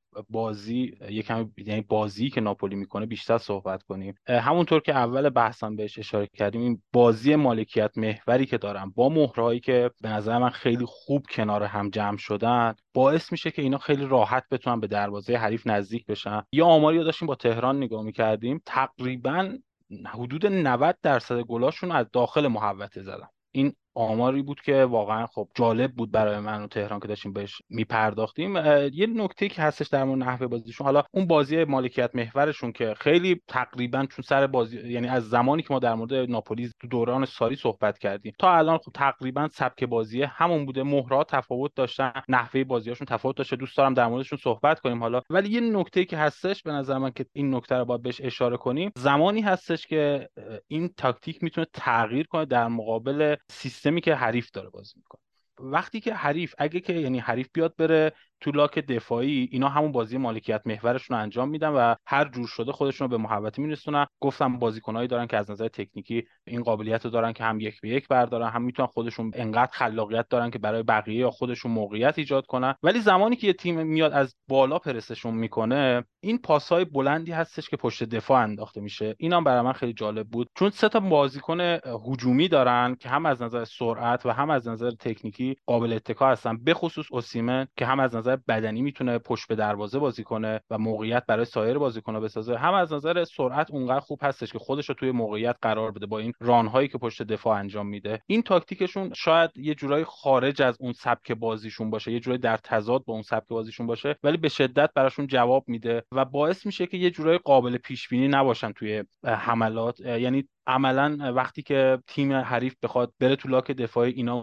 بازی یکم، یعنی بازی که ناپولی میکنه بیشتر صحبت کنیم. همونطور که اول بحثم بهش اشاره کردیم، این بازی مالکیت محوری که دارم با مهرهایی که به نظر من خیلی خوب کنار هم جمع شدن باعث میشه که اینا خیلی راحت بتونن به دروازه حریف نزدیک بشن. یا آماری رو داشتیم با تهران نگاه میکردیم، تقریبا حدود 90% گلاشون از داخل محوطه زدن. این آماری بود که واقعا خب جالب بود برای من و تهران که داشتیم بهش میپرداختیم. یه نکته که هستش در مورد نحوه بازیشون، حالا اون بازی مالکیت محورشون که خیلی تقریبا چون سر بازی، یعنی از زمانی که ما در مورد ناپولی تو دوران ساری صحبت کردیم تا الان، خب تقریبا سبک بازی همون بوده، مهرات تفاوت داشتن، نحوه بازیاشون تفاوت داشته. دوست دارم در موردشون صحبت کنیم حالا. ولی یه نکته که هستش به نظر من که این نکته رو باید بهش اشاره کنیم، زمانی هستش که این تاکتیک میتونه تغییر کنه در مقابل سیستمی که حریف داره بازی میکنه. وقتی که حریف، اگه که یعنی حریف بیاد بره تو لاک دفاعی، اینا همون بازی مالکیت محورشون رو انجام میدن و هر جور شده خودشون رو به محوطه میرسونن. گفتم بازیکنایی دارن که از نظر تکنیکی این قابلیت رو دارن که هم 1-به-1 بردارن، هم میتونن خودشون انقدر خلاقیت دارن که برای بقیه یا خودشون موقعیت ایجاد کنن. ولی زمانی که یه تیم میاد از بالا پرسشون میکنه، این پاسهای بلندی هستش که پشت دفاع انداخته میشه. اینم برای من خیلی جالب بود، چون سه تا بازیکن هجومی دارن که هم از نظر سرعت و هم از نظر تکنیکی قابل اتکا هستن، به خصوص اوسیمن که هم از نظر بدنی میتونه پشت به دروازه بازی کنه و موقعیت برای سایر بازیکن‌ها بسازه، هم از نظر سرعت اونقدر خوب هستش که خودش رو توی موقعیت قرار بده با این ران‌هایی که پشت دفاع انجام میده. این تاکتیکشون شاید یه جورایی خارج از اون سبک بازیشون باشه، یه جورایی در تضاد با اون سبک بازیشون باشه، ولی به شدت براشون جواب میده و باعث میشه که یه جورایی قابل پیش بینی نباشن توی حملات. یعنی عملا وقتی که تیم حریف بخواد بره تو لاک دفاعی، اینا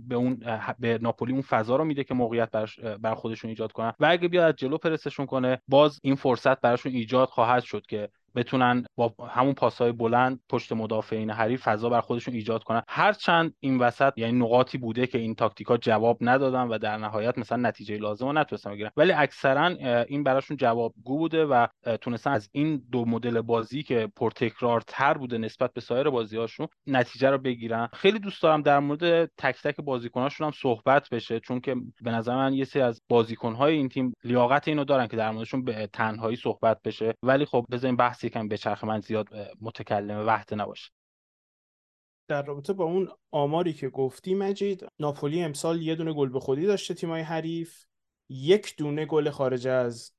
به ناپولی اون فضا رو میده که موقعیت بر خودشون ایجاد کنن و اگه بیاد از جلو پرسشون کنه، باز این فرصت براشون ایجاد خواهد شد که بتونن با همون پاسهای بلند پشت مدافعین حریف فضا بر خودشون ایجاد کنن. هرچند این وسط یعنی نقاطی بوده که این تاکتیکا جواب ندادن و در نهایت مثلا نتیجه لازم رو نتونستن بگیرن، ولی اکثرا این براشون جوابگو بوده و تونستن از این دو مدل بازی که پرتکرارتر بوده نسبت به سایر بازی‌هاشون نتیجه رو بگیرن. خیلی دوست دارم در مورد تک تک بازیکناشون هم صحبت بشه، چون که به نظر من یه سری از بازیکن‌های این تیم لیاقت اینو دارن که در موردشون به تنهایی صحبت بشه. ولی خب بذاریم بحث یکم بچرخه، من زیاد متکلم وقت نباشه. در رابطه با اون آماری که گفتی مجید، ناپولی امسال 1 دونه گل به خودی داشته تیمای حریف، 1 دونه گل خارج از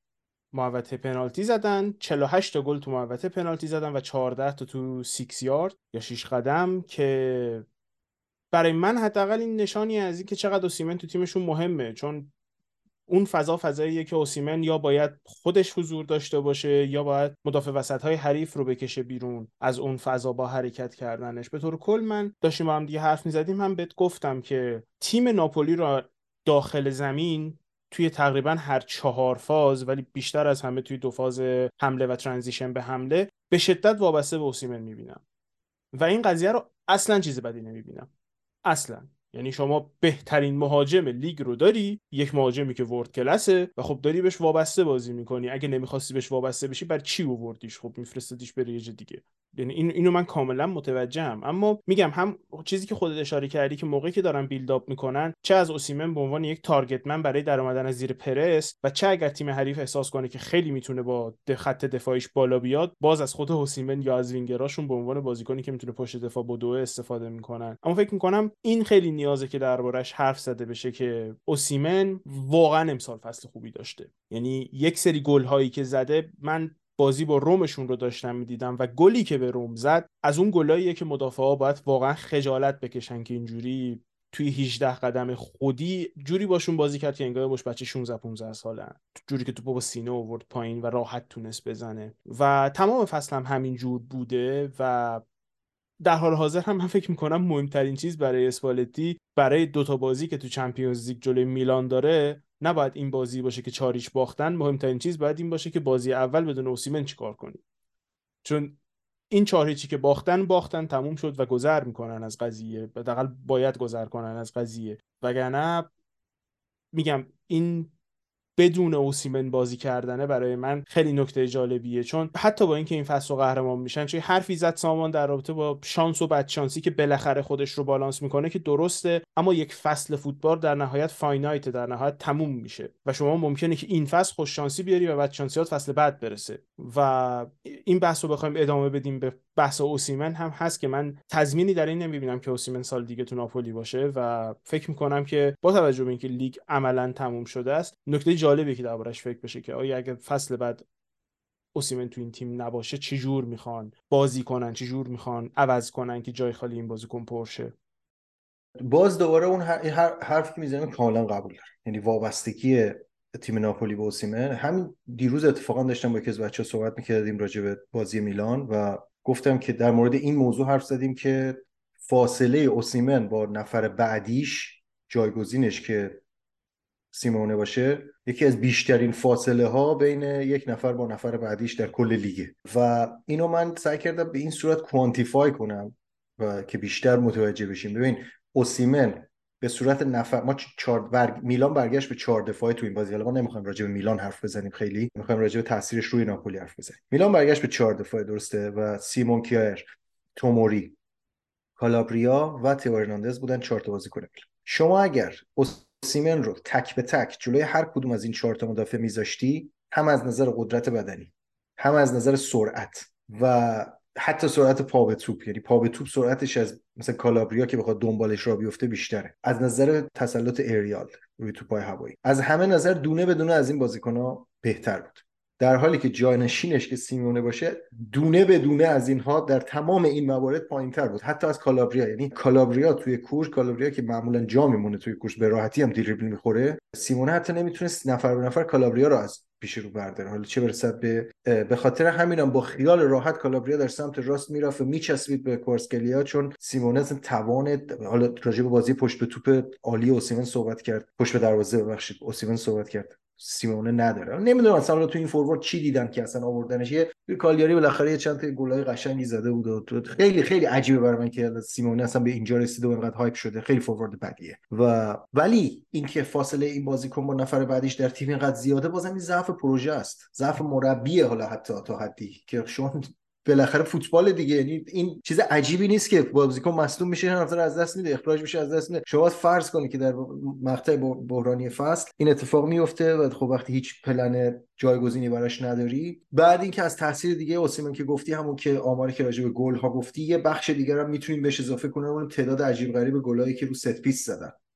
محوطه پنالتی زدن، 48 تا گل تو محوطه پنالتی زدن و 14 تا تو 6 یارد یا 6 قدم، که برای من حداقل این نشانی از این که چقدر اوسیمن تو تیمشون مهمه، چون اون فضاییه که اوسیمن یا باید خودش حضور داشته باشه یا باید مدافع وسط‌های حریف رو بکشه بیرون از اون فضا با حرکت کردنش. به طور کل من داشتیم با هم دیگه حرف می‌زدیم، هم بهت گفتم که تیم ناپولی رو داخل زمین توی تقریبا هر 4 فاز، ولی بیشتر از همه توی 2 فاز حمله و ترانزیشن به حمله، به شدت وابسته به اوسیمن می‌بینم و این قضیه رو اصلا چیز بدی نمی‌بینم اصلا. یعنی شما بهترین مهاجم لیگ رو داری، یک مهاجمی که ورد کلاسه و خب داری بهش وابسته بازی میکنی. اگه نمیخواستی بهش وابسته بشی بر چی آوردیش؟ خب میفرستادیش بره یه جا دیگه. یعنی اینو من کاملا متوجهم. اما میگم هم چیزی که خودت اشاره کردی که موقعی که دارن بیلداپ میکنن، چه از اوسیمن به عنوان یک تارگت من برای در اومدن از زیر پرس و چه اگر تیم حریف احساس کنه که خیلی میتونه با خط دفاعیش بالا بیاد، باز از خود اوسیمن یا از وینگراشون به عنوان بازیکنی که میتونه پشت دفاع بدوه استفاده میکنن. اما فکر میکنم این خیلی نیازه که دربارش حرف زده بشه که اوسیمن واقعا امسال فصل خوبی داشته. یعنی یک سری گل هایی که زده، من بازی با رومشون رو داشتم میدیدم و گلی که به روم زد از اون گلاییه که مدافعا باید واقعا خجالت بکشن که اینجوری توی 18 قدم خودی جوری باشون بازی کرد که انگار باش بچه 16 15 سالن، جوری که توپو با سینه آورد پایین و راحت تونست بزنه و تمام فصل هم همین جور بوده. و در حال حاضر هم من فکر میکنم مهمترین چیز برای اسپالتی برای 2 تا بازی که تو چمپیونز لیگ جلوی میلان داره نباید این بازی باشه که 4-0 باختن. مهمترین چیز باید این باشه که بازی اول بدون اوسیمن چیکار کنی، چون این 4-0 که باختن تموم شد و گذر میکنن از قضیه، حداقل باید گذر کنن از قضیه، وگرنه میگم این بدون اوسیمن بازی کردنه برای من خیلی نکته جالبیه. چون حتی با اینکه این فصل قهرمان میشن، چه حرفی زد سامان در رابطه با شانس و بدشانسی که بالاخره خودش رو بالانس میکنه که درسته، اما یک فصل فوتبال در نهایت فاینایت، در نهایت تموم میشه و شما ممکنه که این فصل خوش شانسی بیاری و بدشانسیات فصل بعد برسه. و این بحث رو بخوایم ادامه بدیم به بحث اوسیمن هم هست که من تضمینی در این نمیبینم که اوسیمن سال دیگه تو ناپولی باشه و فکر میکنم که با توجه به اینکه لیگ عملاً تموم شده است، نکته جالبی که دربارش فکر بشه که آیا اگه فصل بعد اوسیمن تو این تیم نباشه چه جور میخوان بازی کنن، چه جور میخوان عوض کنن که جای خالی این بازیکن پر شه. باز دوباره اون حرفی که میزنم کاملا قبول دارم. یعنی وابستگی تیم ناپولی به اوسیمن. همین دیروز اتفاقا داشتم با یکی از بچه‌ها صحبت می‌کردیم راجع به بازی میلان و گفتم که در مورد این موضوع حرف زدیم که فاصله اوسیمن با نفر بعدیش، جایگزینش که سیمونه باشه، یکی از بیشترین فاصله ها بین یک نفر با نفر بعدیش در کل لیگه و اینو من سعی کردم به این صورت کوانتیفای کنم و که بیشتر متوجه بشیم. ببین اوسیمن به صورت نفر، ما میلان برگشت به 4 دفاعه تو این بازی. حالا ما نمیخوایم راجع به میلان حرف بزنیم، خیلی میخوایم راجع به تاثیرش روی ناپولی حرف بزنیم. میلان برگشت به 4 دفاعه، درسته، و سیمون کیر، توموری، کالابریا و تئو هرناندز بودن 4 تا بازیکن. شما اگر اوسیمن رو تک به تک جلوی هر کدوم از این 4 تا مدافع میذاشتی، هم از نظر قدرت بدنی، هم از نظر سرعت و حتی سرعت پا به توپ، یعنی پا به توپ سرعتش از مثلا کالابریا که بخواد دنبالش را بیفته بیشتره، از نظر تسلط اریال روی توپای هوایی، از همه نظر دونه بدونه از این بازیکن‌ها بهتر بود. در حالی که جانشینش که سیمونه باشه دونه بدونه از اینها در تمام این موارد پایین‌تر بود، حتی از کالابریا. یعنی کالابریا توی کورس، کالابریا که معمولا جا میمونه توی کورس، به راحتی هم دریبل میخوره، سیمونه حتی نمیتونست نفر به نفر کالابریا رو از پیش رو برداره، حالا چه برسد به خاطر همینم با خیال راحت کالابریا در سمت راست میرفت و میچسبید به کوارسکلیا، چون سیمونه اصلا توان، حالا راجع به بازی پشت به توپ عالی اوسیمن صحبت کرد، پشت به دروازه ببخشید اوسیمن صحبت کرد، سیمونه نداره. نمیدونم اصلا تو این فوروارد چی دیدن که اصلا آوردنش. یه کالیاری بالاخره چند تا گلای قشنگی زده بود و خیلی خیلی عجیبه برای من که سیمونه اصلا به اینجا رسیده و اینقدر هایپ شده. خیلی فوروارد بدیه و ولی اینکه فاصله این بازیکن با نفر بعدیش در تیم اینقدر زیاده، بازم این ضعف پروژه است، ضعف مربیه، حالا حتی تا حدی که شما بالاخره فوتبال دیگه. یعنی این چیز عجیبی نیست که بازیکن مصدوم میشه، هر هفته از دست میده، اخراج میشه، از دست میده. شما فرض کنید که در مقطع بحرانی فصل این اتفاق میفته و خب وقتی هیچ پلن جایگزینی براش نداری، بعد اینکه از تاثیر دیگه اوسیمن که گفتی، همون که آماری که راجع به گل ها گفتی، یه بخش دیگه هم میتونیم بهش اضافه کنیم، اون تعداد عجیب غریب گلایی که رو ست پیس زدن.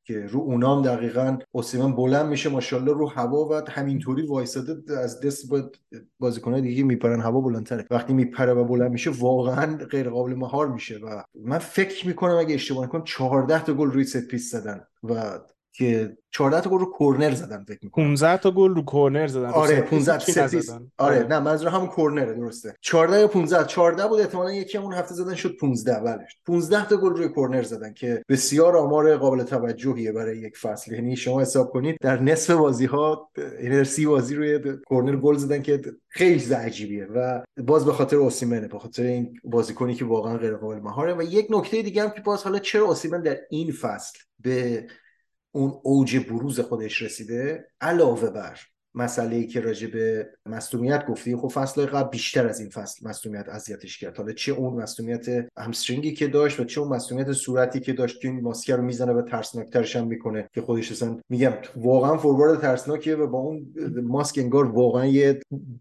که رو اونام دقیقاً اوسیمن بلند میشه ماشاءالله رو هوا و همینطوری وایساده از دست بازیکن‌های دیگه میپرن هوا بلندتره. وقتی میپره و بلند میشه واقعاً غیر قابل مهار میشه و من فکر میکنم اگه اشتباه نکنم 14 تا گل روی ست پیس زدن و که 14 تا گل رو کورنر زدن فکر میکنم. 15 تا گل رو کورنر زدن، رو آره ست پیس 15 چی ست پیس. نزدن. آره نه منظور همون کورنره درسته. 14 یا 15 14 بود احتمالاً یکی همون هفته زدن شد 15. بله 15 تا گل روی کورنر زدن که بسیار آمار قابل توجهیه برای یک فصل. یعنی شما حساب کنید در نصف بازی‌ها یعنی در 30 بازی روی کورنر گل زدن که خیلی عجیبیه و باز به خاطر اوسیمنه، به خاطر این بازیکنی که واقعا غیر قابل مهاره. و یک نکته دیگه هم که باز حالا چرا اوسیمن در این فصل به اون اوج بروز خودش رسیده علاوه بر مسئله‌ای که راجع به مصدومیت گفتی، خب فصل قبل بیشتر از این فصل مصدومیت اذیتش کرد، حالا چه اون مصدومیت همسترینگی که داشت و چه اون مصدومیت صورتی که داشت که این ماسکه رو میزنه و ترسناکترش هم میکنه که خودش اصلا میگم واقعا فوروارد ترسناکیه و با اون ماسک انگار واقعا یه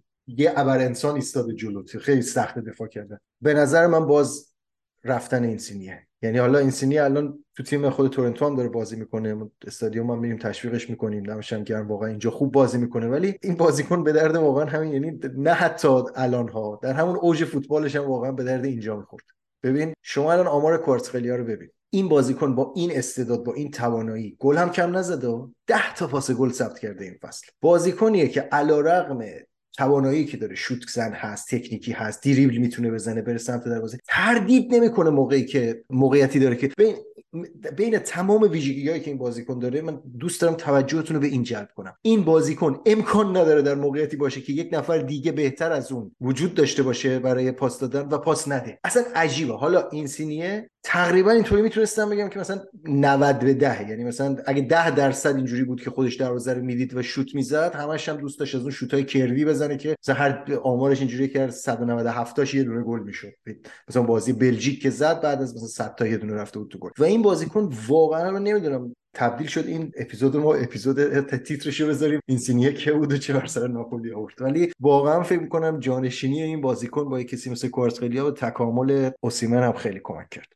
ابر انسان ایستاده جلوت، خیلی سخت دفاع کرده. به نظر من باز رفتن اینسینیه، یعنی حالا اینسینیه الان تو تیم خود تورنتو هم داره بازی میکنه، استادیوم هم میریم تشویقش میکنیم، دمش هم گرم، واقعا اینجا خوب بازی میکنه، ولی این بازیکن به درد واقعا همین، یعنی نه حتی الان ها در همون اوج فوتبالش هم واقعا به درد اینجا میخورد. ببین شما الان آمار کوارتزخلیا رو ببین، این بازیکن با این استعداد با این توانایی گل هم کم نزده، 10 تا پاس گل ثبت کرده این فصل. بازیکنیه که علیرغم توانایی که داره، شوت زن هست، تکنیکی هست، دریبل میتونه بزنه بره سمت دروازه، تردید نمیکنه موقعی که موقعیتی داره که بین تمام ویژگی‌هایی که این بازیکن داره من دوست دارم توجهتون رو به این جلب کنم. این بازیکن امکان نداره در موقعیتی باشه که یک نفر دیگه بهتر از اون وجود داشته باشه برای پاس دادن و پاس نده. اصلا عجیبه. حالا اینسینیه تقریبا اینطوری میتونستم بگم که مثلا 90-10، یعنی مثلا اگه 10% اینجوری بود که خودش دروازه رو میدید و شوت میزد، همش هم دوست داشت از اون شوتای کروی بزنه که مثلا هر آمارش اینجوری که 197 تاش یه دونه گل میشد. مثلا بازی بلژیک که زد بعد از مثلا 100 تا یه دونه رفته بود تو گل. و این بازیکن واقعا من نمیدونم تبدیل شد این اپیزود ما اپیزود تیترشو بذاریم اینسینیه که بود و چه بر سر ناپولی آورد، ولی واقعا فکر می‌کنم جانشینی این بازیکن با کسی مثل کوارتزخلیا و تکامل اوسیمن هم خیلی کمک کرد.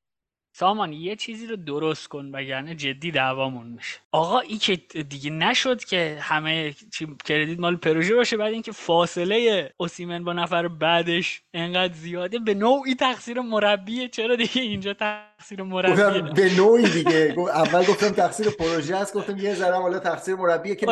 سامان یه چیزی رو درست کن وگرنه جدی دعوامون میشه. آقا این که دیگه نشد که همه کردیت مال پروژه باشه، بعد اینکه فاصله اوسیمن با نفر بعدش انقدر زیاده به نوعی تقصیر مربیه. چرا دیگه اینجا تقصیر مربیه؟ به نوعی دیگه اول گفتم تقصیر پروژه است، گفتم یه ذره حالا تقصیر مربیه که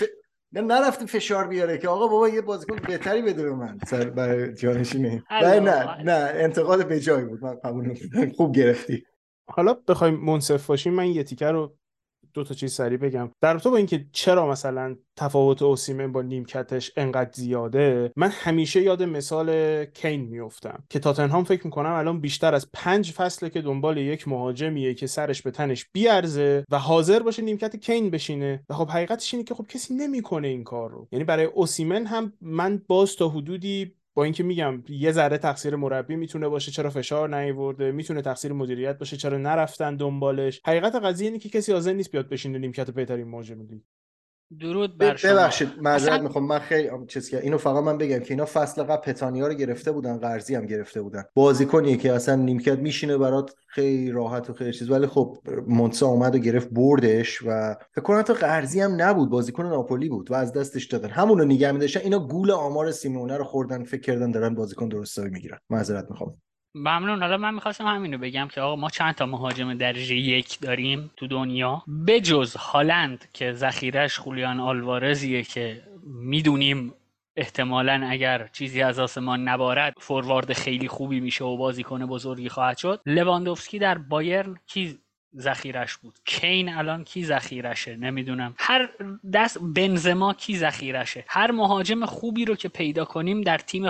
نرفته فشار بیاره که آقا بابا یه بازیکن بهتری بده به من سر برای جانشینی. نه انتقاد به جای بود، من قبول خوب گرفتی. حالا بخوایم منصف باشیم من یه تیکه رو 2 تا چیز سریع بگم در رابطه با اینکه چرا مثلا تفاوت اوسیمن با نیمکتش انقدر زیاده. من همیشه یاد مثال کین میافتم که تاتنهام فکر میکنم الان بیشتر از 5 فصله که دنبال یک مهاجمیه که سرش به تنش بیارزه و حاضر باشه نیمکت کین بشینه و خب حقیقتش اینه که خب کسی نمیکنه این کار رو. یعنی برای اوسیمن هم من باز تا حدودی با اینکه میگم یه ذره تقصیر مربی میتونه باشه چرا فشار نیاورده، میتونه تقصیر مدیریت باشه چرا نرفتن دنبالش، حقیقت قضیه اینه که کسی حاضر نیست بیاد بشینه نیمکت بهترین مهاجم لیگ. درود بر شما. ببخشید معذرت میخوام، من خیلی چیز که اینو فقط من بگم که اینا فصل قبل پتانیا رو گرفته بودن، قرضی هم گرفته بودن، بازیکنی که اصلا نیمکت میشینه برات خیلی راحت و خیلی چیز، ولی خب مونسا اومد و گرفت بردش و فکر کنم تا قرضی هم نبود، بازیکن ناپولی بود و از دستش دادن، همونو نگه می‌داشتن. اینا گول آمار سیمونه رو خوردن، فکر کردن دارن بازیکن درستابی میگیرن. معذرت میخوام. ممنون. حالا من میخواستم همینو بگم که آقا ما چند تا مهاجم درجه 1 داریم تو دنیا بجز هالند که ذخیرش خولیان آلوارزیه که میدونیم احتمالاً اگر چیزی از آسمان نبارد فوروارد خیلی خوبی میشه و بازیکن بزرگی خواهد شد. لواندوفسکی در بایرن کی ذخیرش بود؟ کین الان کی ذخیرشه؟ نمیدونم. هر دست بنزما کی ذخیرشه؟ هر مهاجم خوبی رو که پیدا کنیم در تیم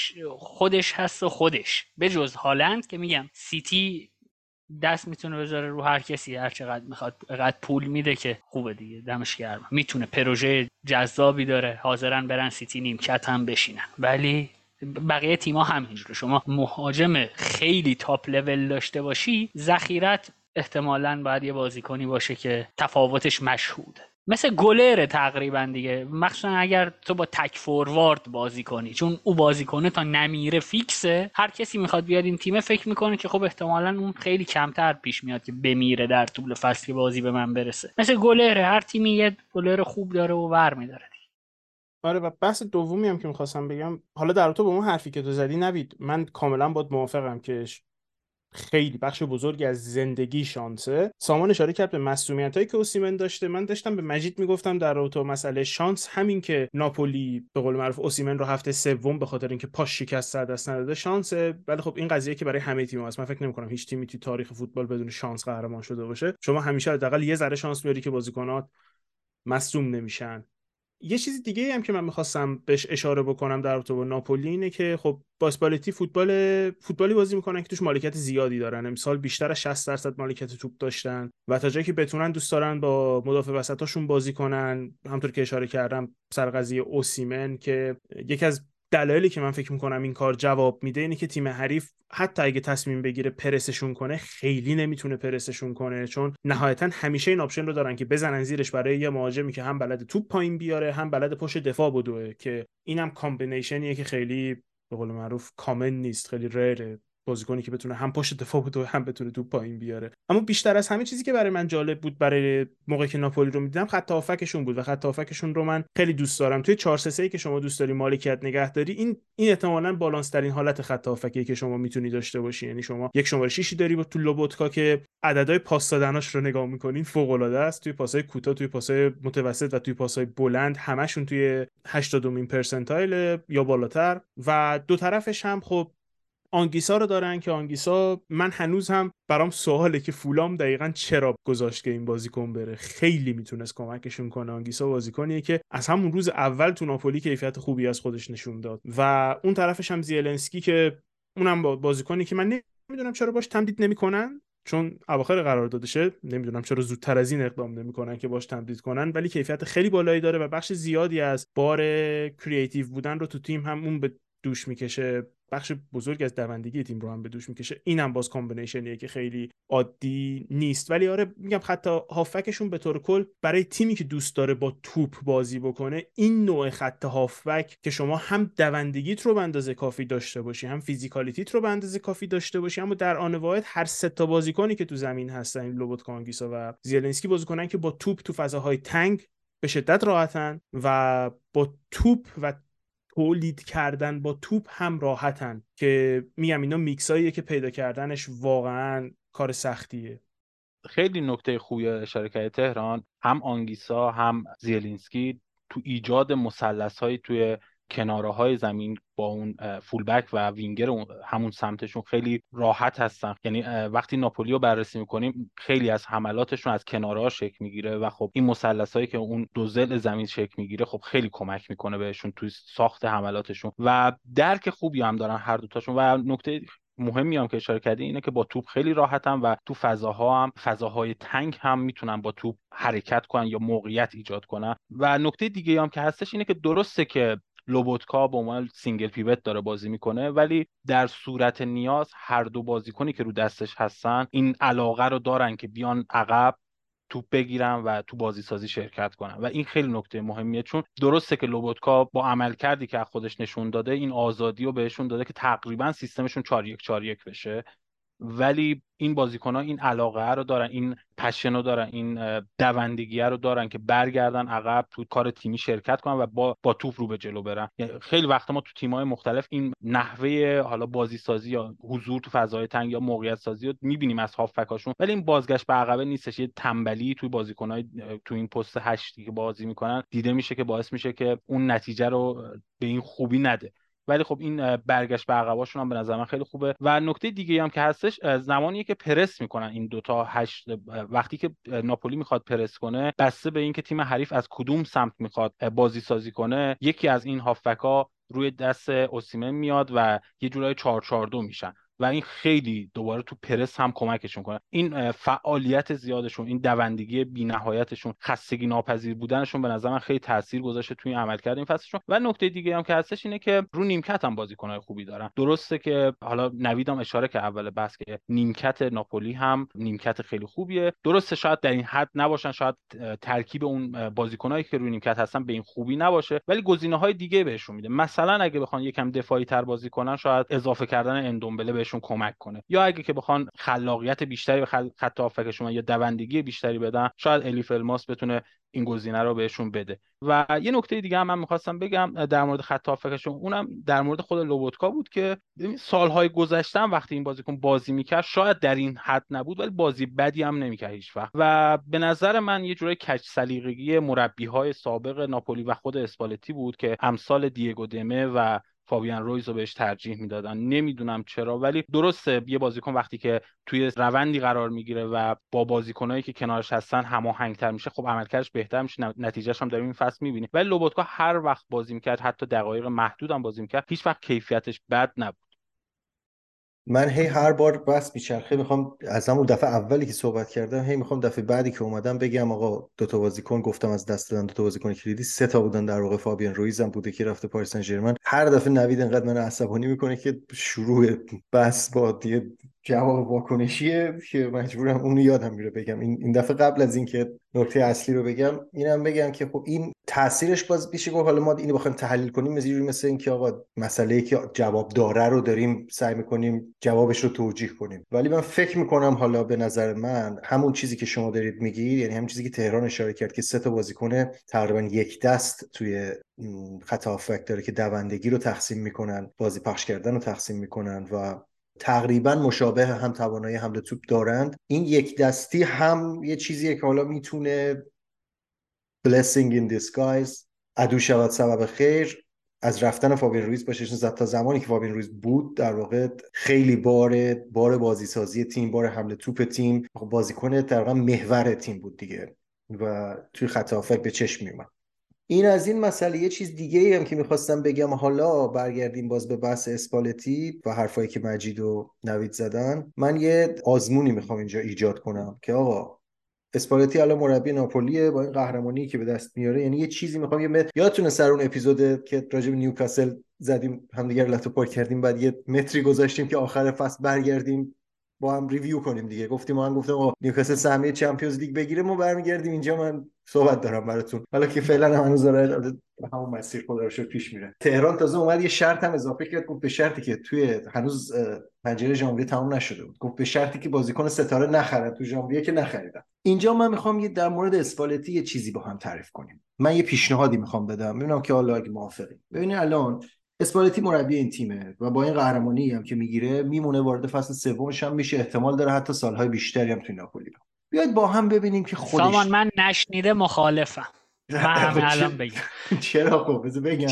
خودش هست و خودش بجز هالند که میگم سیتی دست میتونه بذاره رو هر کسی هر چقدر میخواد، قد پول میده که خوبه دیگه، دمش گرم، میتونه پروژه جذابی داره، حاضرن برن سیتی نیمکت هم بشینن. ولی بقیه تیم‌ها همینجوره. شما مهاجم خیلی تاپ لول داشته باشی، ذخیرت احتمالاً باید یه بازیکنی باشه که تفاوتش مشهوده. مثل گلره تقریبا دیگه، مخصوصا اگر تو با تک فوروارد بازی کنی، چون او بازی کنه تا نمیره فیکسه. هر کسی میخواد بیاد این تیم فکر میکنه که خب احتمالاً اون خیلی کمتر پیش میاد که بمیره در طول فصل بازی به من برسه. مثل گلره، هر تیمی یه گلر خوب داره و ور میداره. آره، و بحث دومی هم که میخواستم بگم، حالا در تو با اون حرفی که تو زدی نوید، من کاملا باید موافقم که خیلی بخش بزرگی از زندگی شانسه. سامان اشاره کرد به مسئولیتایی که اوسیمن داشته. من داشتم به مجید میگفتم در رابطه با مسئله شانس، همین که ناپولی به قول معروف اوسیمن رو هفته سوم به خاطر اینکه پاش شکست سر دست نداده شانسه، ولی خب این قضیه که برای همه تیم‌ها هست. من فکر نمی‌کنم هیچ تیمی تو تاریخ فوتبال بدون شانس قهرمان شده باشه. شما همیشه حداقل یه ذره شانس میاری که بازیکنات مصدوم نمیشن. یه چیز دیگه هم که من میخواستم بهش اشاره بکنم در رابطه با ناپولی اینه که خب باسپالتی فوتبالی بازی میکنن که توش مالکیت زیادی دارن. امسال بیشتر از 60% مالکیت توپ داشتن و تا جایی که بتونن دوست دارن با مدافع وسطاشون بازی کنن. همونطور که اشاره کردم سر قضیه اوسیمن، که یکی از دلایلی که من فکر میکنم این کار جواب میده اینه که تیم حریف حتی اگه تصمیم بگیره پرسشون کنه، خیلی نمیتونه پرسشون کنه، چون نهایتا همیشه این آپشن رو دارن که بزنن زیرش برای یه مهاجمی که هم بلد توپ پایین بیاره هم بلد پشت دفاع بدوه، که اینم کامبینیشنیه که خیلی به قول معروف کامن نیست، خیلی ریره بازیکنی که بتونه هم پشت دفاع بدوه هم بتونه توپ پایین بیاره. اما بیشتر از همه چیزی که برای من جالب بود برای موقعی که ناپولی رو میدیدم خط هافکشون بود و خط هافکشون رو من خیلی دوست دارم. توی 4-3-3 که شما دوست داری مالکیت نگهداری، این احتمالاً بالانس ترین حالت خط هافکی که شما میتونی داشته باشی. یعنی شما یک شماره 6 داری با تو لوبوتکا که عددهای پاس دادناش رو نگاه میکنین فوق العاده است، توی پاسای کوتاه، توی پاسای متوسط و توی پاسای بلند همشون توی 80مین پرسنتایل یا بالاتر. و دو طرفش هم خب آنگیسا رو دارن که آنگیسا من هنوز هم برام سواله که فولام دقیقاً چرا گذاشت که این بازیکن بره. خیلی میتونست کمکشون کنه. آنگیسا بازیکنیه که از همون روز اول تو ناپولی کیفیت خوبی از خودش نشون داد. و اون طرفش هم زیلنسکی که اونم بازیکنی که من نمیدونم چرا باش تمدید نمیکنن، چون اواخر قراردادشه. نمیدونم چرا زودتر از این اقدام نمیکنن که باش تمدید کنن، ولی کیفیت خیلی بالایی داره و بخش زیادی از بار کریتیو بودن رو تو تیم هم اون به دوش میکشه. بخش بزرگ از دوندگی تیم رو هم به دوش میکشه. اینم باز کامبینیشنیه که خیلی عادی نیست. ولی آره میگم حتی هافبکشون به طور کل برای تیمی که دوست داره با توپ بازی بکنه، این نوع خط هافبک که شما هم دوندگیت رو به اندازه کافی داشته باشی، هم فیزیکالیتیت رو به اندازه کافی داشته باشی، اما در آن واحد هر سه تا بازیکنی که تو زمین هستن، این لوبوتکا، آنگیسا و زیلنسکی، بازیکنن که با توپ تو فضاهای تنگ به شدت راحتن و با توپ و تولید کردن با توپ هم راحتن، که میگم اینا میکساییه که پیدا کردنش واقعا کار سختیه. خیلی نکته خوبی اشاره کرده تهران. هم آنگیسا هم زیلینسکی تو ایجاد مثلث‌های توی کناره های زمین با اون فولبک و وینگر همون سمتشون خیلی راحت هستن. یعنی وقتی ناپولی رو بررسی میکنیم خیلی از حملاتشون از کناره ها شکل میگیره و خب این مثلث‌هایی که اون دو ضلع زمین شکل میگیره خب خیلی کمک میکنه بهشون توی ساخت حملاتشون و درک خوبی هم دارن هر دوتاشون. و نکته مهمی هم که اشاره کردی اینه که با توپ خیلی راحتن و تو فضاها هم فضاهای تنگ هم میتونن با توپ حرکت کنن یا موقعیت ایجاد کنن. و نکته دیگه هم که هستش اینه که درسته که لوبوتکا به عنوان سینگل پیوت داره بازی میکنه، ولی در صورت نیاز هر دو بازیکنی که رو دستش هستن این علاقه رو دارن که بیان عقب توپ بگیرن و تو بازی سازی شرکت کنن و این خیلی نکته مهمیه. چون درسته که لوبوتکا با عمل کردی که خودش نشون داده این آزادی رو بهشون داده که تقریبا سیستمشون 4-1-4-1 بشه، ولی این بازیکن‌ها این علاقه رو دارن، این پشن رو دارن، این دوندگی رو دارن که برگردن عقب تو کار تیمی شرکت کنن و با توپ رو به جلو برن. یعنی خیلی وقتا ما تو تیم‌های مختلف این نحوه حالا بازی سازی یا حضور تو فضای تنگ یا موقعیت سازی رو می‌بینیم از هافبکاشون، ولی این بازگشت به عقبه نیستش. یه تنبلی توی بازیکن‌های تو این پست 8 که بازی میکنن دیده میشه که باعث میشه که اون نتیجه رو به این خوبی نده. ولی خب این برگشت به عقباشون هم به نظر من خیلی خوبه. و نکته دیگه هم که هستش زمانیه که پرس میکنن این دوتا هشت، وقتی که ناپولی میخواد پرس کنه بسته به اینکه تیم حریف از کدوم سمت میخواد بازی سازی کنه، یکی از این هافبکا روی دست اوسیمن میاد و یه جورای 4-4-2 میشن و این خیلی دوباره تو پرس هم کمکشون کنه. این فعالیت زیادشون، این دوندگی بی‌نهایتشون، خستگی ناپذیر بودنشون به نظر من خیلی تاثیر گذاشته توی عملکرد این فصلشون. و نکته دیگه هم که هستش اینه که رو نیمکت هم بازیکن‌های خوبی دارن. درسته که حالا نویدم اشاره که اول بحث که نیمکت ناپولی هم نیمکت خیلی خوبیه. درسته شاید در این حد نباشن، شاید ترکیب اون بازیکنایی که روی نیمکت هستن به این خوبی نباشه، ولی گزینه‌های دیگه بهشون میده. مثلا اگه بخوان یکم دفاعی تر بازی کنن، شاید اضافه کردن اندومبله بهشون کمک کنه، یا اگه که بخوان خلاقیت بیشتری به خط هافکشون یا دوندگی بیشتری بدن، شاید الیف الماس بتونه این گزینه رو بهشون بده. و یه نکته دیگه هم من می‌خواستم بگم در مورد خط هافکشون، اونم در مورد خود لوبوتکا بود که سالهای گذشته وقتی این بازیکن بازی میکرد شاید در این حد نبود، ولی بازی بدی هم نمیکرد هیچ وقت. و به نظر من یه جورای کج سلیقگی مربی‌های سابق ناپولی و خود اسپالتی بود که امثال دیگو دمه و فابیان رویز رو بهش ترجیح میدادن. نمیدونم چرا، ولی درسته یه بازیکن وقتی که توی روندی قرار میگیره و با بازیکنایی که کنارش هستن هماهنگتر میشه، خب عملکردش بهتر میشه، نتیجهش هم در این فصل میبینیم. ولی لوبوتکا هر وقت بازی میکرد، حتی دقایق محدود هم بازی میکرد، هیچ وقت کیفیتش بد نبود. من هر بار بس میچرخه میخوام از همون دفعه اولی که صحبت کردم میخوام دفعه بعدی که اومدم بگم آقا دو تا بازیکن گفتم از دست دادن، دو تا بازیکن کلیدی، سه تا بودن در واقع. فابیان رویز هم بوده که رفته پاریس سن ژرمن. هر دفعه نوید انقدر من عصبانی میکنه که شروع بس با جواب واکنشیه که مجبورم اونو یادم میره بگم. این دفعه قبل از اینکه نکته اصلی رو بگم، اینم بگم که خب این تاثیرش باز میشه گفت حالا ما اینو بخوایم تحلیل کنیم مثل اینکه آقا مسئله‌ای که جواب داره رو داریم سعی میکنیم جوابش رو توجیه کنیم. ولی من فکر میکنم حالا به نظر من همون چیزی که شما دارید میگید، یعنی همون چیزی که تهران اشاره کرد که سه تا بازیکن تقریبا یک دست توی خط هافک داره که دوندگی رو تقسیم میکنن، بازی پخش کردن رو تقسیم میکنن و تقریبا مشابه هم توانایی حمله توپ دارند. این یک دستی هم یه چیزیه که حالا میتونه blessing in disguise، عدو شود سبب خیر، از رفتن فابین رویز باشه. تا زمانی که فابین رویز بود در واقع خیلی بار بازی سازی تیم، بار حمله توپ تیم، بازیکن تقریبا محور تیم بود دیگه و توی خط هافک به چشم میومد. این از این مسئله. یه چیز دیگه هم که میخواستم بگم، حالا برگردیم باز به بحث اسپالتی و حرفایی که مجید و نوید زدن. من یه آزمونی میخوام اینجا ایجاد کنم که آقا اسپالتی الان مربی ناپولیه با این قهرمانی که به دست میاره، یعنی یه چیزی میخوام یادتونه سر اون اپیزود که راجع به نیوکاسل زدیم همدیگه لتو پاک کردیم، بعد یه متری گذاشتیم که آخر فصل برگردیم با هم ریویو کنیم دیگه. گفتم آقا نیوکاسل سهمیه چمپیونز لیگ بگیره ما برمیگردیم اینجا، من صحبت دارم براتون. حالا که فعلا هنوز داره همون مسیر خدا رو پیش میره. تهران تازه اومد یه شرط هم اضافه کرد، گفت به شرطی که توی هنوز پنجره ژانویه تموم نشده بود، گفت به شرطی که بازیکن ستاره نخرن تو ژانویه، که نخریدن. اینجا من میخوام یه در مورد اسپالتی یه چیزی با هم تعریف کنیم. من یه پیشنهادی میخوام بدم، ببینم که حالا اگه موافقی. ببینید الان اسپالتی مربی این تیمه و با این قهرمانی هم که میگیره میمونه، وارد فصل سومش هم میشه، احتمال داره حتی سالهای بیشتری هم توی ناپولی. بیاید با هم ببینیم که خودش. سامان من نشنیده مخالفم. من الان بگم چرا؟ خب بذار بگم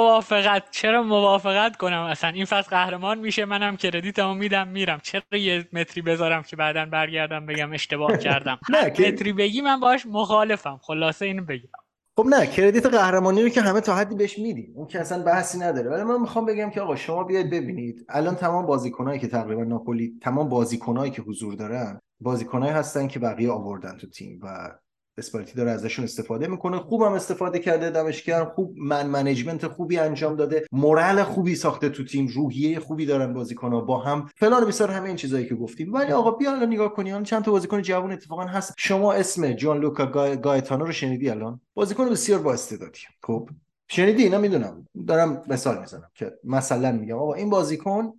چرا موافقت کنم. اصلا این فصل قهرمان میشه، منم کردیتمو میدم میرم. چرا یه متری بذارم که بعدن برگردم بگم اشتباه کردم؟ متری بگی من باش مخالفم. خلاصه اینو بگم. خب نه، کردیت قهرمانی رو که همه تا حدی بهش میدیم، اون که اصلا بحثی نداره. ولی من میخوام بگم که آقا شما بیاید ببینید الان تمام بازیکنایی که تقریبا ناپولی، تمام بازیکنایی که حضور دارن، بازیکنایی هستن که بقیه آوردن تو تیم و اسپالتی داره ازشون استفاده میکنه. خوبم استفاده کرده، دمش گرم، خوب منیجمنت خوبی انجام داده، مورال خوبی ساخته تو تیم، روحیه خوبی دارن بازیکن‌ها با هم، فلان بیسار همه این چیزایی که گفتیم. ولی آقا بیا الان نگاه کنی، الان چند تا بازیکن جوان اتفاقا هست. شما اسم جان لوکا گایتانو رو شنیدی؟ الان بازیکن بسیار با استعدادیه. خب شنیدی؟ اینا میدونم، دارم مثال میزنم که مثلا میگم آقا این بازیکن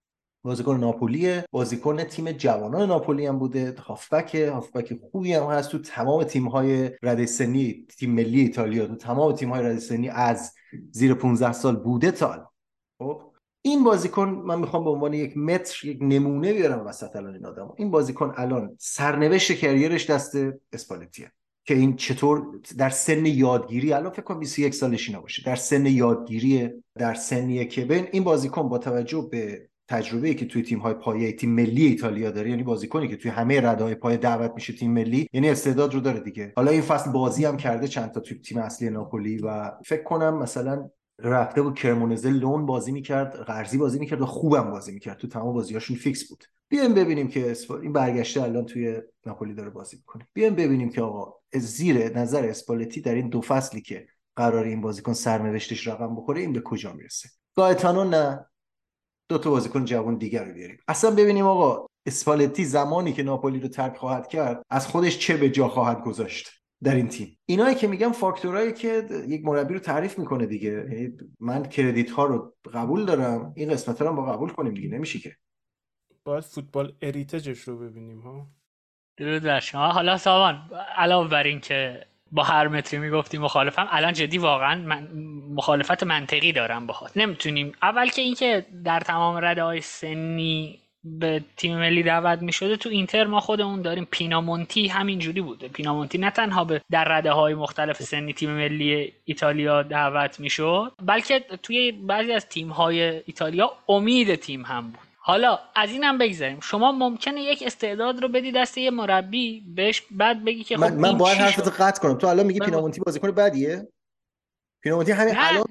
ناپولیه، بازیکن تیم جوانان ناپولی هم بوده، هافبک خوبی هم هست تو تمام تیم‌های رده سنی، تیم ملی ایتالیا، تو تمام تیم‌های رده سنی از زیر 15 سال بوده تا الان. خب این بازیکن من میخوام به عنوان یک نمونه بیارم وسط الان این آدمو. این بازیکن الان سرنوشت کریرش دست اسپالتیه که این چطور در سن یادگیری، الان فکر کنم 21 سالش نباشه، در سن یادگیریه، در سنیه که ببین این بازیکن با توجه به تجربه‌ای که توی تیم‌های پایه تیم ملی ایتالیا داره، یعنی بازیکنی که توی همه رده‌های پایه دعوت میشه تیم ملی، یعنی استعداد رو داره دیگه. حالا این فصل بازی هم کرده چند تا توی تیم اصلی ناپولی و فکر کنم مثلا رفته بود کرمونزه لون بازی میکرد، قرضی بازی میکرد و خوبم بازی میکرد، تو تمام بازیاشون فیکس بود. بیایم ببینیم که این برگشته الان توی ناپولی داره بازی میکنه. بیایم ببینیم که آقا زیر نظر اسپالتی در این 2 فصلی که قرار این بازیکن سرنوشتش رقم بخوره این به کجا میرسه. گایتانو نه، 2 تا بازیکن جوان دیگر رو بیاریم. اصلا ببینیم آقا اسپالتی زمانی که ناپولی رو ترک خواهد کرد از خودش چه به جا خواهد گذاشت در این تیم. اینایی که میگم فاکتورایی که یک مربی رو تعریف میکنه دیگه. من کردیت ها رو قبول دارم، این قسمت رو هم با قبول کنیم دیگه، نمیشه که. باید فوتبال اریتجش رو ببینیم ها. درود بر شما. حالا سامان علاوه بر این که با هر متری میگفتی مخالفم، الان جدی واقعا من مخالفت منطقی دارم باهات. نمیتونیم اول که اینکه در تمام رده‌های سنی به تیم ملی دعوت میشده، تو اینتر ما خودمون داریم، پینامونتی همینجوری بوده. پینامونتی نه تنها به در رده‌های مختلف سنی تیم ملی ایتالیا دعوت میشد، بلکه توی بعضی از تیم‌های ایتالیا امید تیم هم بود. حالا از اینم بگذاریم، شما ممکنه یک استعداد رو بدی دست یه مربی بهش بعد بگی که خب من باید حرفتو قطع کنم. تو الان میگی پینامونتی بازیکن بدیه؟ پینامونتی همین الان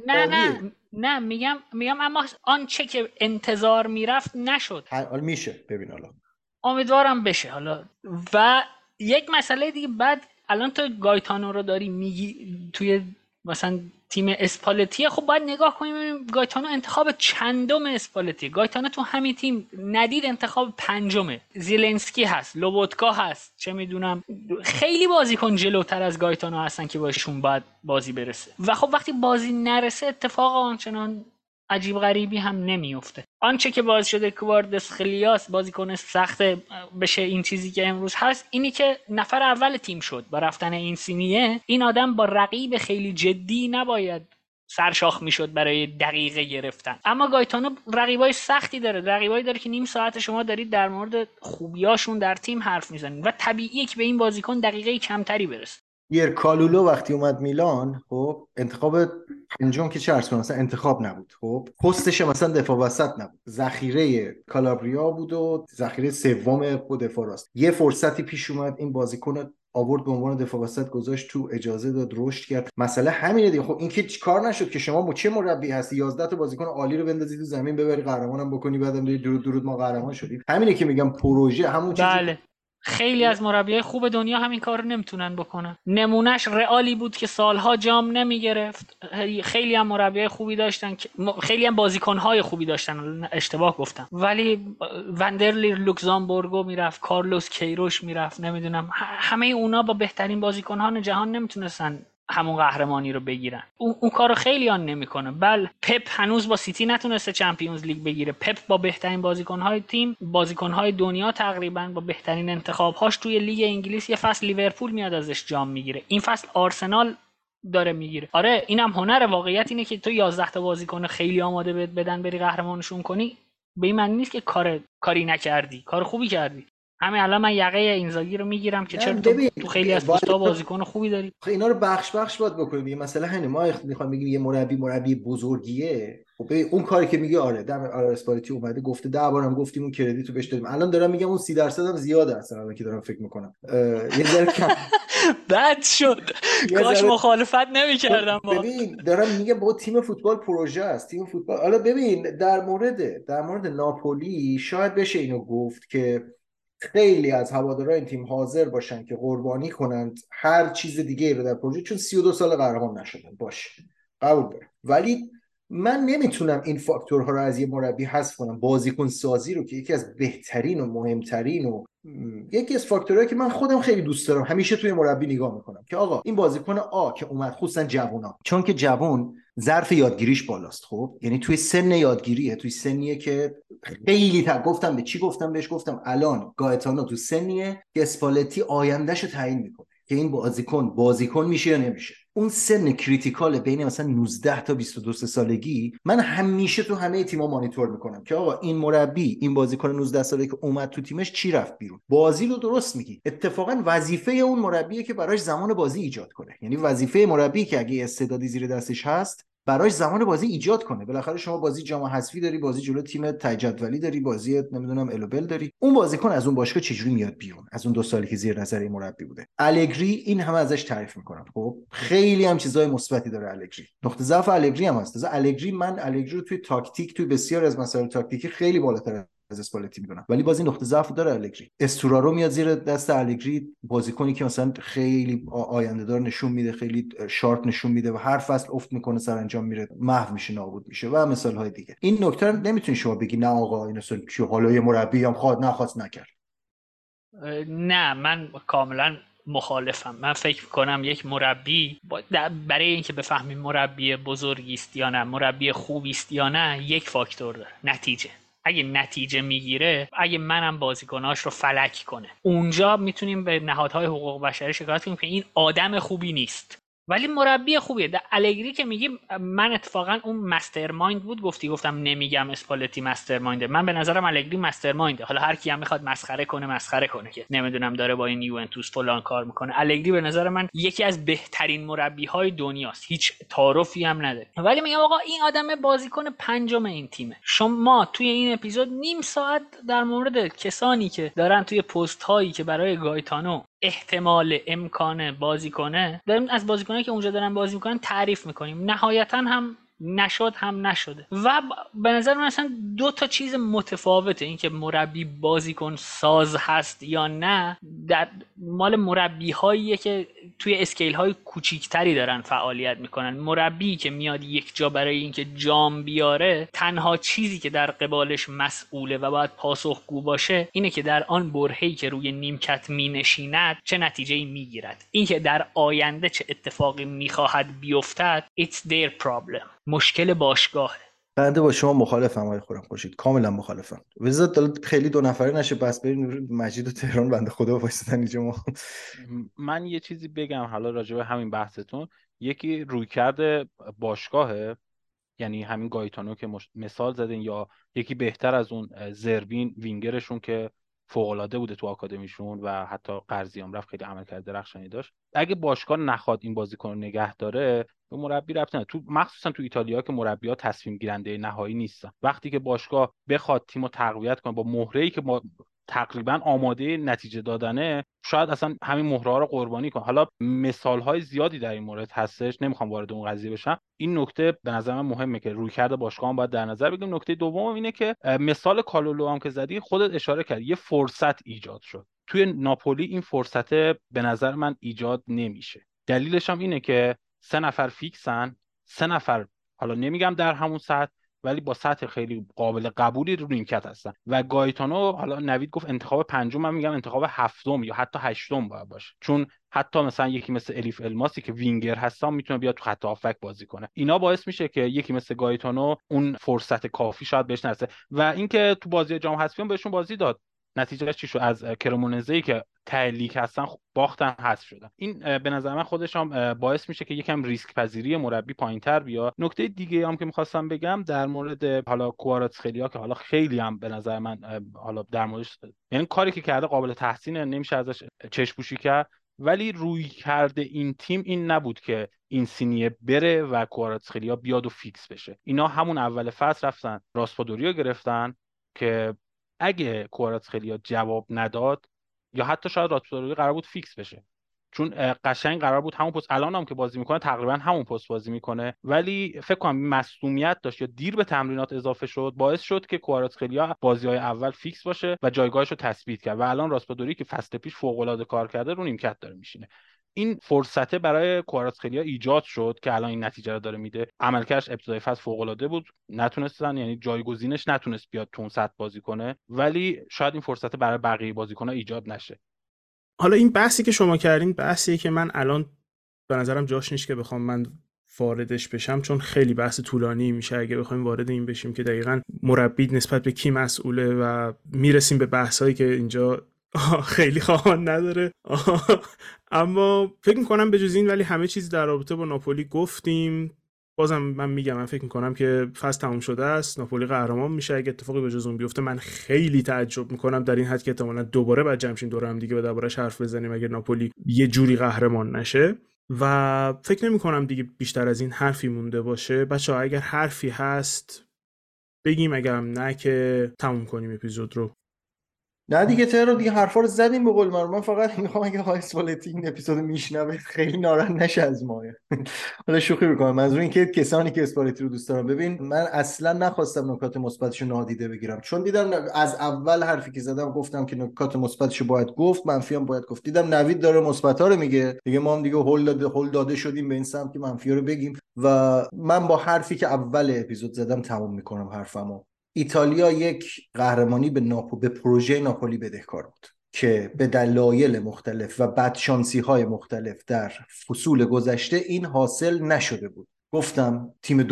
نه میگم اما آنچه که انتظار میرفت نشد. حالا میشه ببین، حالا امیدوارم بشه. حالا و یک مسئله دیگه، بعد الان تو گایتانو رو داری میگی توی مثلا تیم اسپالتی، خب باید نگاه کنیم ببینیم گایتانو انتخاب چندم اسپالتی. گایتانو تو همین تیم ندید انتخاب 5. زیلنسکی هست، لوبوتکا هست، چه میدونم خیلی بازیکن جلوتر از گایتانو هستن که باشون باید بازی برسه. و خب وقتی بازی نرسه اتفاق آنچنان عجیب غریبی هم نمیفته. آنچه که باعث شده کواردسخلیاس بازیکن سخت بشه این چیزی که امروز هست، اینی که نفر اول تیم شد با رفتن این سینیه. این آدم با رقیب خیلی جدی نباید سرشاخ میشد برای دقیقه گرفتن. اما گایتانو رقیبای سختی داره، رقیبایی داره که نیم ساعت شما دارید در مورد خوبیاشون در تیم حرف میزنید و طبیعیه که به این بازیکن دقیقه کمتری برسه. کالولو وقتی اومد میلان، خب انتخاب 5 که چه عرض کنم، مثلا انتخاب نبود. خب پستش مثلا دفاع وسط نبود، ذخیره کالابریا بود و ذخیره سوم خود دفاع راست. یه فرصتی پیش اومد، این بازیکن آورد به عنوان دفاع وسط گذاشت تو، اجازه داد رشد کرد. مسئله همینه دیگه. خب این که کار نشد که شما چه مربی هستی 11 تا بازیکن عالی رو بندازید تو زمین ببری قهرمانم بکنی، بعدم درود ما قهرمان شدیم. همینه که میگم پروژه همون چیزی. بله. خیلی از مربیای خوب دنیا همین کار رو نمیتونن بکنن. نمونهش رئالی بود که سالها جام نمیگرفت. خیلی هم مربیای خوبی داشتن، خیلی هم بازیکنهای خوبی داشتن، اشتباه گفتم، ولی وندرلی لوکزامبورگو میرفت، کارلوس کیروش میرفت، نمیدونم همه اونا با بهترین بازیکنان جهان نمیتونستن همون قهرمانی رو بگیرن. اون کارو خیلی آن نمیکنه. بل پپ هنوز با سیتی نتونسته چمپیونز لیگ بگیره. پپ با بهترین بازیکن‌های تیم، بازیکن‌های دنیا تقریبا، با بهترین انتخاب‌هاش توی لیگ انگلیس، یه فصل لیورپول میاد ازش جام میگیره، این فصل آرسنال داره میگیره. آره اینم هنر. واقعیت اینه که تو 11 تا بازیکن خیلی آماده بدن بری قهرمانشون کنی، به این معنی نیست که کاری نکردی، کار خوبی کردی. همین الان من یقه اینزاگی رو میگیرم که چرا تو خیلی از پست‌ها بازیکن خوبی داری. خب اینا رو بخش باید بکنیم. مثلا همین ما میخوام بگیم یه مربی بزرگیه. خب اون کاری که میگه آره اسپالتی اومده گفته 10 بارم گفتیم اون کردیتو بهش دادیم. الان دارم میگم اون 30% هم زیاده اصلا. الان که دارم فکر میکنم یه ذره کم بد شد. کاش مخالفت نمی‌کردم. ببین دارم میگم با تیم فوتبال پروژه است، تیم فوتبال. حالا ببین در مورد ناپولی شاید بشه اینو گفت که خیلی از هوادارهای این تیم حاضر باشن که قربانی کنند هر چیز دیگه رو در پروژه، چون 32 سال قهرمان نشدن. باشه قبول دارم، ولی من نمیتونم این فاکتورها رو از یه مربی حذف کنم. بازیکن سازی رو که یکی از بهترین و مهمترین و یکی از فاکتورهایی که من خودم خیلی دوست دارم همیشه توی مربی نگاه میکنم که آقا این بازیکن که اومد، خصوصا جوونا، چون که جوون ظرف یادگیریش بالاست. خب یعنی توی سن یادگیریه، توی سنیه که خیلی گفتم به چی گفتم بهش، گفتم الان گایتانو تو سنیه که اسپالتی آیندهشو تعیین میکنه که این بازیکن میشه یا نمیشه. اون سن کریتیکال بین مثلا 19 تا 22 سالگی من همیشه تو همه تیم‌ها مانیتور میکنم که آقا این مربی این بازیکن 19 سالگی که اومد تو تیمش چی رفت بیرون. بازی رو درست میگی. اتفاقا وظیفه اون مربیه که براش زمان بازی ایجاد کنه. یعنی وظیفه مربی که اگه استعدادی زیر دستش هست براش زمان بازی ایجاد کنه. بالاخره شما بازی جام حذفی داری، بازی جلو تیم ته جدولی داری، بازی نمیدونم الوبل داری. اون بازیکن از اون باشگاه چجوری میاد بیرون از اون 2 سالی که زیر نظر مربی بوده؟ الگری این همه ازش تعریف میکنم، خب خیلی هم چیزای مثبتی داره الگری. نقطه ضعف الگری هم هست. من الگری رو توی تاکتیک، توی بسیار از مسائل تاکتیکی خیلی بالاتر از اسپالتی میدونم، ولی باز این نقطه ضعف داره الگری. استورارو میاد زیر دست الگری، بازیکنی که مثلا خیلی آینده دار نشون میده، خیلی شارپ نشون میده و هر فصل افت میکنه، سرانجام میره محو میشه، نابود میشه و مثال های دیگه. این نکته نمیتونی شما بگی نه آقا این اصلا چه حالا یه مربی هم نخواست نکرد. نه، من کاملا مخالفم. من فکر کنم یک مربی برای اینکه بفهمیم مربی بزرگی است یا نه، مربی خوبی است یا نه، یک فاکتور داره: نتیجه. اگه نتیجه میگیره، اگه منم بازیکناش رو فلک کنه، اونجا میتونیم به نهادهای حقوق بشری شکایت کنیم که این آدم خوبی نیست. ولی مربی خوبیه. در الگری که میگی، من اتفاقا اون مسترمایند بود گفتم نمیگم اسپالتی مسترماینده. من به نظرم الگری مسترماینده. حالا هر کی هم میخواد مسخره کنه که نمیدونم داره با این یوونتوس فلان کار میکنه. الگری به نظر من یکی از بهترین مربیهای دنیاست، هیچ تعارفی هم نداره. ولی میگم آقا این آدم بازیکن پنجم این تیمه. شما توی این اپیزود نیم ساعت در مورد کسانی که دارن توی پست هایی که برای گایتانو احتمال امکان بازی کنه داریم از بازیکنایی که اونجا دارن بازی میکنن تعریف میکنیم. نهایتا هم نشد هم نشده. و به نظر من اصلا 2 تا چیز متفاوته: این که مربی بازیکن ساز هست یا نه در مال مربی هاییه که توی اسکیل های کوچیکتری دارن فعالیت میکنن. مربی که میاد یک جا برای اینکه جام بیاره، تنها چیزی که در قبالش مسئوله و باید پاسخگو باشه اینه که در آن برهه‌ای که روی نیمکت مینشیند چه نتیجه‌ای میگیرد. این که در آینده چه اتفاقی میخواهد بیفتد it's their problem. مشکل باشگاهه. بنده با شما مخالفم آقای خورم خورشید، کاملا مخالفم. وزارت خیلی 2 نفره نشه، بس بریم مجید و تهران بنده خدا وایسادن اینجا. من یه چیزی بگم حالا راجع به همین بحثتون. یکی رویکرد باشگاهه، یعنی همین گایتانو که مثال زدین، یا یکی بهتر از اون زربین وینگرشون که فوق‌العاده بوده تو آکادمیشون و حتی قرضیام رفت، خیلی عملکرد درخشانی داشت. اگه باشگاه نخواد این بازیکن رو نگه داره، به مربی ربطی نداره. تو مخصوصا تو ایتالیا که مربی‌ها تصمیم گیرنده نهایی نیستن، وقتی که باشگاه بخواد تیمو تقویت کنه با مهره‌ای که تقریبا آماده نتیجه دادنه، شاید اصلا همین مهره‌ها رو قربانی کنه. حالا مثال‌های زیادی در این مورد هستش، نمیخوام وارد اون قضیه بشم. این نکته به نظر من مهمه که رویکرد باشگاه هم باید در نظر بگیریم. نکته دوم اینه که مثال کالولو هم که زدی، خودت اشاره کردی، یه فرصت ایجاد شد توی ناپولی. این فرصت به نظر من ایجاد نمیشه. دلیلش هم اینه که 3 نفر فیکسن، 3 نفر حالا نمیگم در همون سطح، ولی با سطح خیلی قابل قبولی رو نیمکت هستن. و گایتانو، حالا نوید گفت انتخاب 5م، من میگم انتخاب 7م یا حتی 8م باید باشه، چون حتی مثلا یکی مثل الیف الماسی که وینگر هستن میتونه بیاد تو خط هافک بازی کنه. اینا باعث میشه که یکی مثل گایتانو اون فرصت کافی شاید بهش نرسه. و اینکه تو بازی جام حذفی بهشون بازی داد، نتیجهش چی شد؟ از کرمونزه‌ای که تهلیک هستن باختن، حذف شدن. این به نظر من خودش هم باعث میشه که یکم ریسک پذیری مربی پایینتر بیاد. نکته دیگه هم که میخواستم بگم در مورد حالا کواراتسخلیا، که حالا خیلی هم به نظر من حالا در موردش، یعنی کاری که کرده قابل تحسینه، نمیشه ازش چشم پوشی کرد، ولی روی کرده این تیم این نبود که این سینیه بره و کواراتسخلیا بیاد و فیکس بشه. اینا همون اول فصل رفتن راسپادوریو گرفتن که اگه کواراتسخلیا جواب نداد، یا حتی شاید راسپادوری قرار بود فیکس بشه، چون قشنگ قرار بود همون پست، الان هم که بازی میکنه تقریبا همون پست بازی میکنه، ولی فکر کنم مصدومیت داشت یا دیر به تمرینات اضافه شد، باعث شد که کواراتسخلیا بازی‌های اول فیکس باشه و جایگاهش رو تثبیت کرد. و الان راسپادوری که فصل پیش فوق‌العاده کار کرده رو نیمکت داره میشینه. این فرصته برای کواراتسخلیا ایجاد شد که الان این نتیجه رو داره میده. عملکردش ابتدای فصل فوق‌العاده بود، نتونستن، یعنی جایگزینش نتونست بیاد تو اون سطح بازی کنه، ولی شاید این فرصت برای بقیه بازیکن‌ها ایجاد نشه. حالا این بحثی که شما کردین بحثیه که من الان به نظرم جاش نیست که بخوام من واردش بشم، چون خیلی بحث طولانی میشه اگه بخوایم وارد این بشیم که دقیقاً مربی نسبت به کی مسئوله و میرسیم به بحثایی که اینجا خیلی خواهان نداره. اما فکر میکنم به جز این ولی همه چیز در رابطه با ناپولی گفتیم. بازم من میگم من فکر میکنم که فصل تموم شده است، ناپولی قهرمان میشه. اگه اتفاقی به جز اون بیفته من خیلی تعجب میکنم، در این حد که احتمالاً دوباره بعد جمشین دوره هم دیگه به دربارش حرف بزنیم اگه ناپولی یه جوری قهرمان نشه. و فکر نمی کنم دیگه بیشتر از این حرفی مونده باشه. بچه‌ها اگر حرفی هست بگیم، اگرم نه که تموم کنیم اپیزود رو. نه دیگه تهران دیگه حرفا رو زدیم به قول من فقط میخوام اگه های اسپالتی این اپیزود میشنوه خیلی ناراحت نشه از ما. حالا شوخی میکنم، منظور این که کسانی که اسپالتی رو دوست دارن، ببین من اصلا نخواستم نکات مثبتش رو نادیده بگیرم، چون دیدم از اول حرفی که زدم گفتم که نکات مثبتش رو باید گفت، منفی هم باید گفت. دیدم نوید داره مثبت‌ها رو میگه دیگه، ما هم دیگه هول داده شدیم به این سمت که منفی رو بگیم و من با حرفی که اول اپیزود زدم تموم میکنم حرفمو. ایتالیا یک قهرمانی به پروژه ناپولی بدهکار بود که به دلایل مختلف و بدشانسی‌های مختلف در فصول گذشته این حاصل نشده بود. گفتم تیم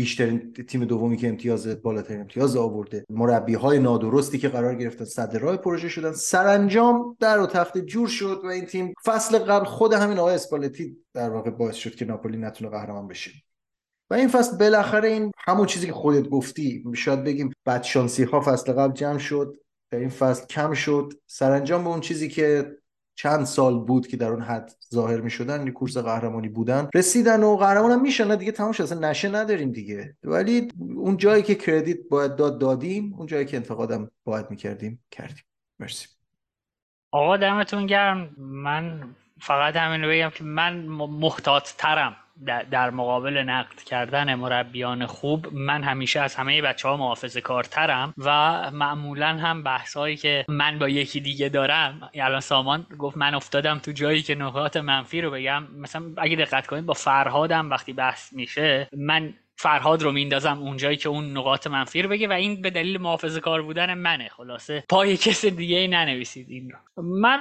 دومی که بالاترین امتیاز آورده، مربی‌های نادرستی که قرار گرفتن صدر راه پروژه شدن، سرانجام در و تخت جور شد و این تیم فصل قبل خود همین آقای اسپالتی در واقع باعث شد که ناپولی نتونه قهرمان بشه. و این فصل بالاخره این همون چیزی که خودت گفتی، شاید بگیم بدشانسی ها فصل قبل جمع شد، در این فصل کم شد، سرانجام به اون چیزی که چند سال بود که در اون حد ظاهر می شدن، کورس قهرمانی بودن، رسیدن و قهرمان هم میشن دیگه. تمام شد، اصلا نشه نداریم دیگه. ولی اون جایی که کردیت باید دادیم، اون جایی که انتقادم باید میکردیم کردیم. مرسی آقا، دمتون گرم. من فقط همین رو بگم که من محتاط ترم در مقابل نقد کردن مربیان خوب. من همیشه از همه بچه‌ها محافظه‌کارترم و معمولا هم بحثایی که من با یکی دیگه دارم، الان سامان گفت من افتادم تو جایی که نکات منفی رو بگم. مثلا اگه دقت کنید با فرهادم وقتی بحث میشه، من فرهاد رو میندازم اونجایی که اون نقاط منفی رو بگه و این به دلیل محافظه‌کار بودن منه. خلاصه پای کسی دیگه ای ننویسید این رو. من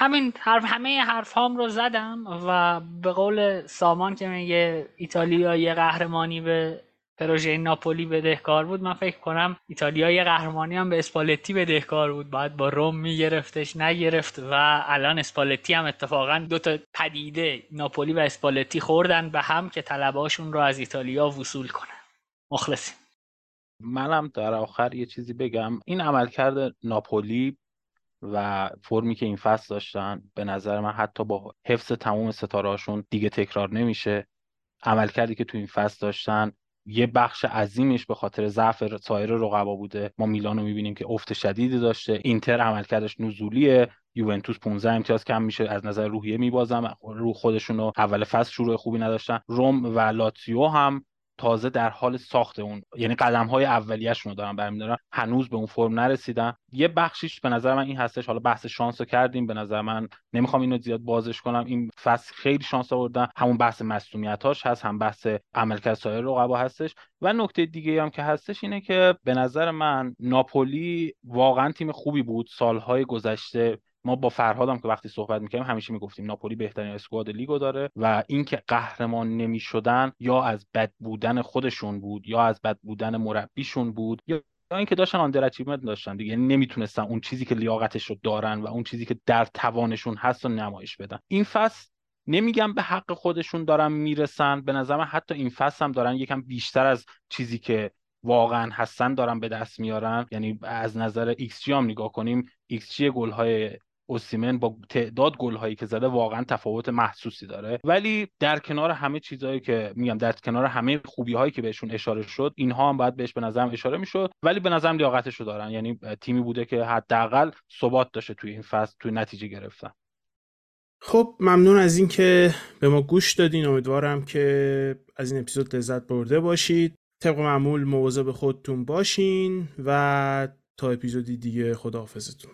همه حرف هام رو زدم و به قول سامان که میگه ایتالیا یه قهرمانی به پروژه ناپولی بدهکار بود، من فکر کنم ایتالیا یه قهرمانی هم به اسپالتی بدهکار بود. باید با روم میگرفتش، نگرفت و الان اسپالتی هم اتفاقا دو تا پدیده، ناپولی و اسپالتی، خوردن به هم که طلباشون رو از ایتالیا وصول کنن. مخلصیم. منم در آخر یه چیزی بگم. این عملکرد ناپولی و فرمی که این فصل داشتن به نظر من حتی با حفظ تمام ستارهاشون دیگه تکرار نمیشه. عملکردی که تو این فصل داشتن یه بخش عظیمش به خاطر ضعف سایر رقبا بوده. ما میلانو میبینیم که افت شدیدی داشته، اینتر عملکردش نزولیه، یوونتوس 15 امتیاز کم میشه، از نظر روحیه میبازن، رو خودشونو اول فصل شروع خوبی نداشتن. روم و لاتزیو هم تازه در حال ساخت اون، یعنی قدم‌های اولیه‌شون رو دارن برمی‌دارن، هنوز به اون فرم نرسیدن. یه بخشیش به نظر من این هستش. حالا بحث شانس رو کردیم، به نظر من نمیخوام اینو زیاد بازش کنم. این فصل خیلی شانس آوردن، همون بحث مصونیتاش هست، هم بحث عملکرد سایر رقبا هستش. و نکته دیگه هم که هستش اینه که به نظر من ناپولی واقعا تیم خوبی بود سالهای گذشته. ما با فرهادم که وقتی صحبت می‌کردیم همیشه میگفتیم ناپولی بهترین اسکواد لیگو داره و اینکه قهرمان نمی‌شدن یا از بد بودن خودشون بود یا از بد بودن مربیشون بود یا اینکه داشتن آندر اچیومنت داشتن دیگه، یعنی نمیتونستن اون چیزی که لیاقتش رو دارن و اون چیزی که در توانشون هست رو نمایش بدن. این فصل نمیگم به حق خودشون دارن میرسن، به نظر من حتی این فصل هم دارن یکم بیشتر از چیزی که واقعا هستن دارن به دست میارن. یعنی از نظر ایکس جی هم نگاه کنیم، ایکس جی گل‌های اوسیمن با تعداد گل‌هایی که زده واقعا تفاوت محسوسی داره. ولی در کنار همه چیزهایی که میگم، در کنار همه خوبی‌هایی که بهشون اشاره شد، اینها هم باید بهش به نظرم اشاره میشد. ولی به نظرم لیاقتشو دارن، یعنی تیمی بوده که حداقل ثبات داشته توی این فصل، توی نتیجه گرفتن. خب ممنون از این که به ما گوش دادین. امیدوارم که از این اپیزود لذت برده باشید. طبق معمول مواظب خودتون باشین و تا اپیزودی دیگه خداحافظتون.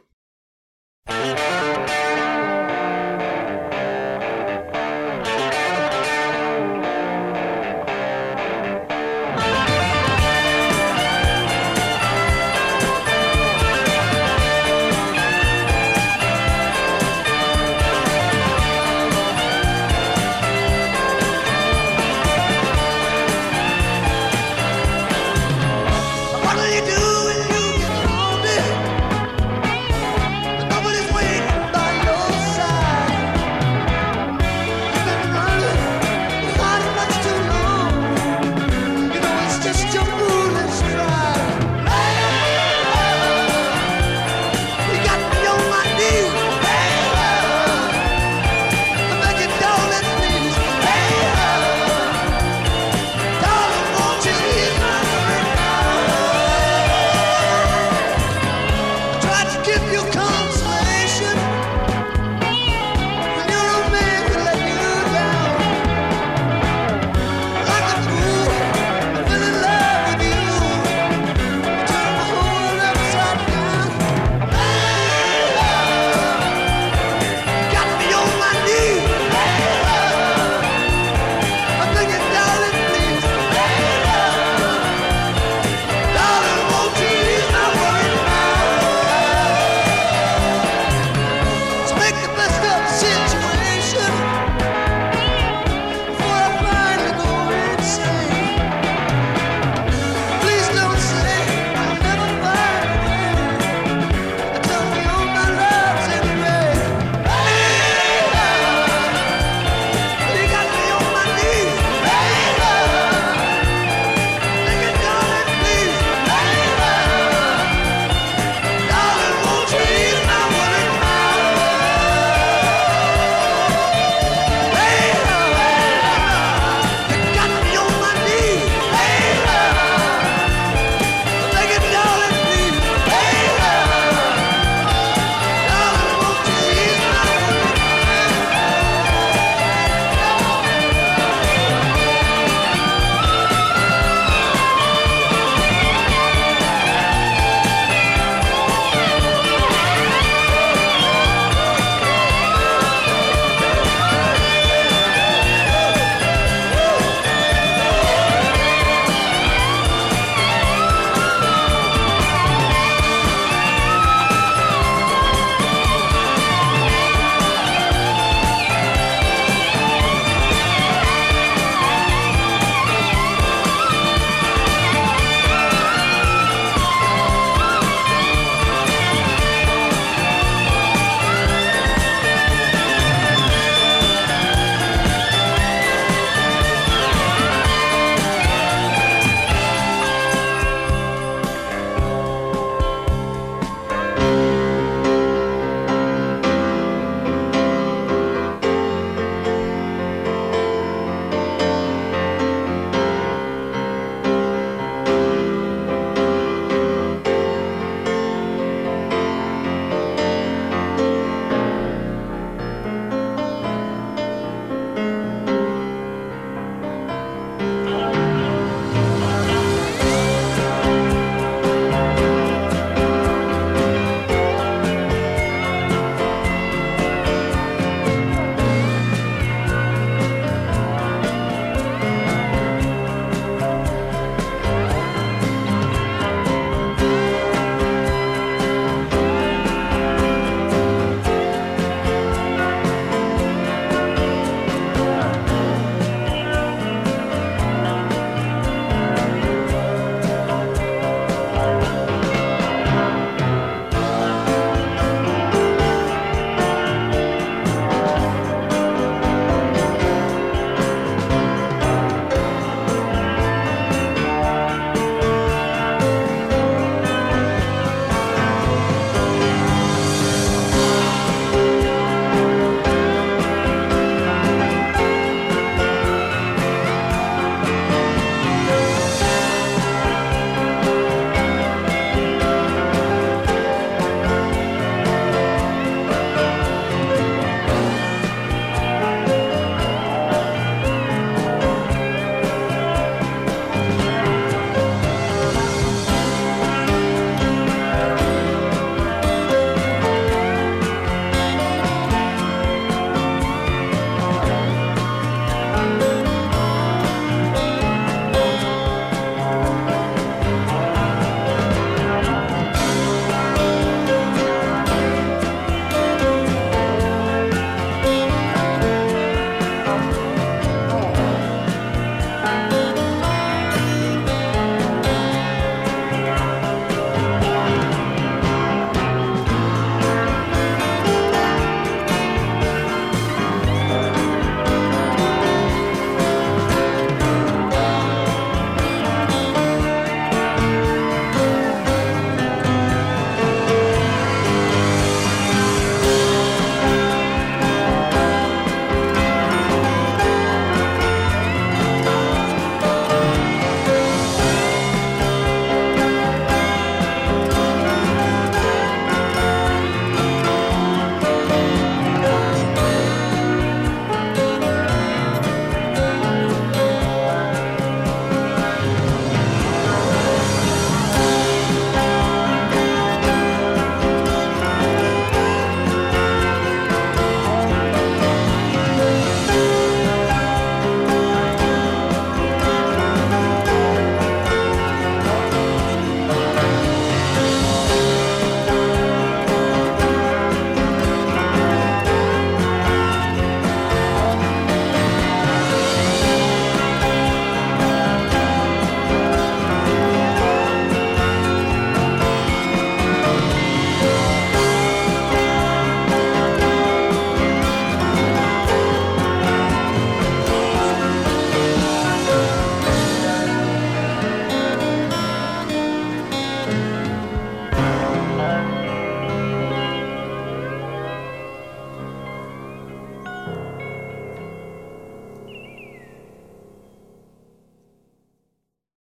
What will you do when you get older? Nobody's waiting. if you come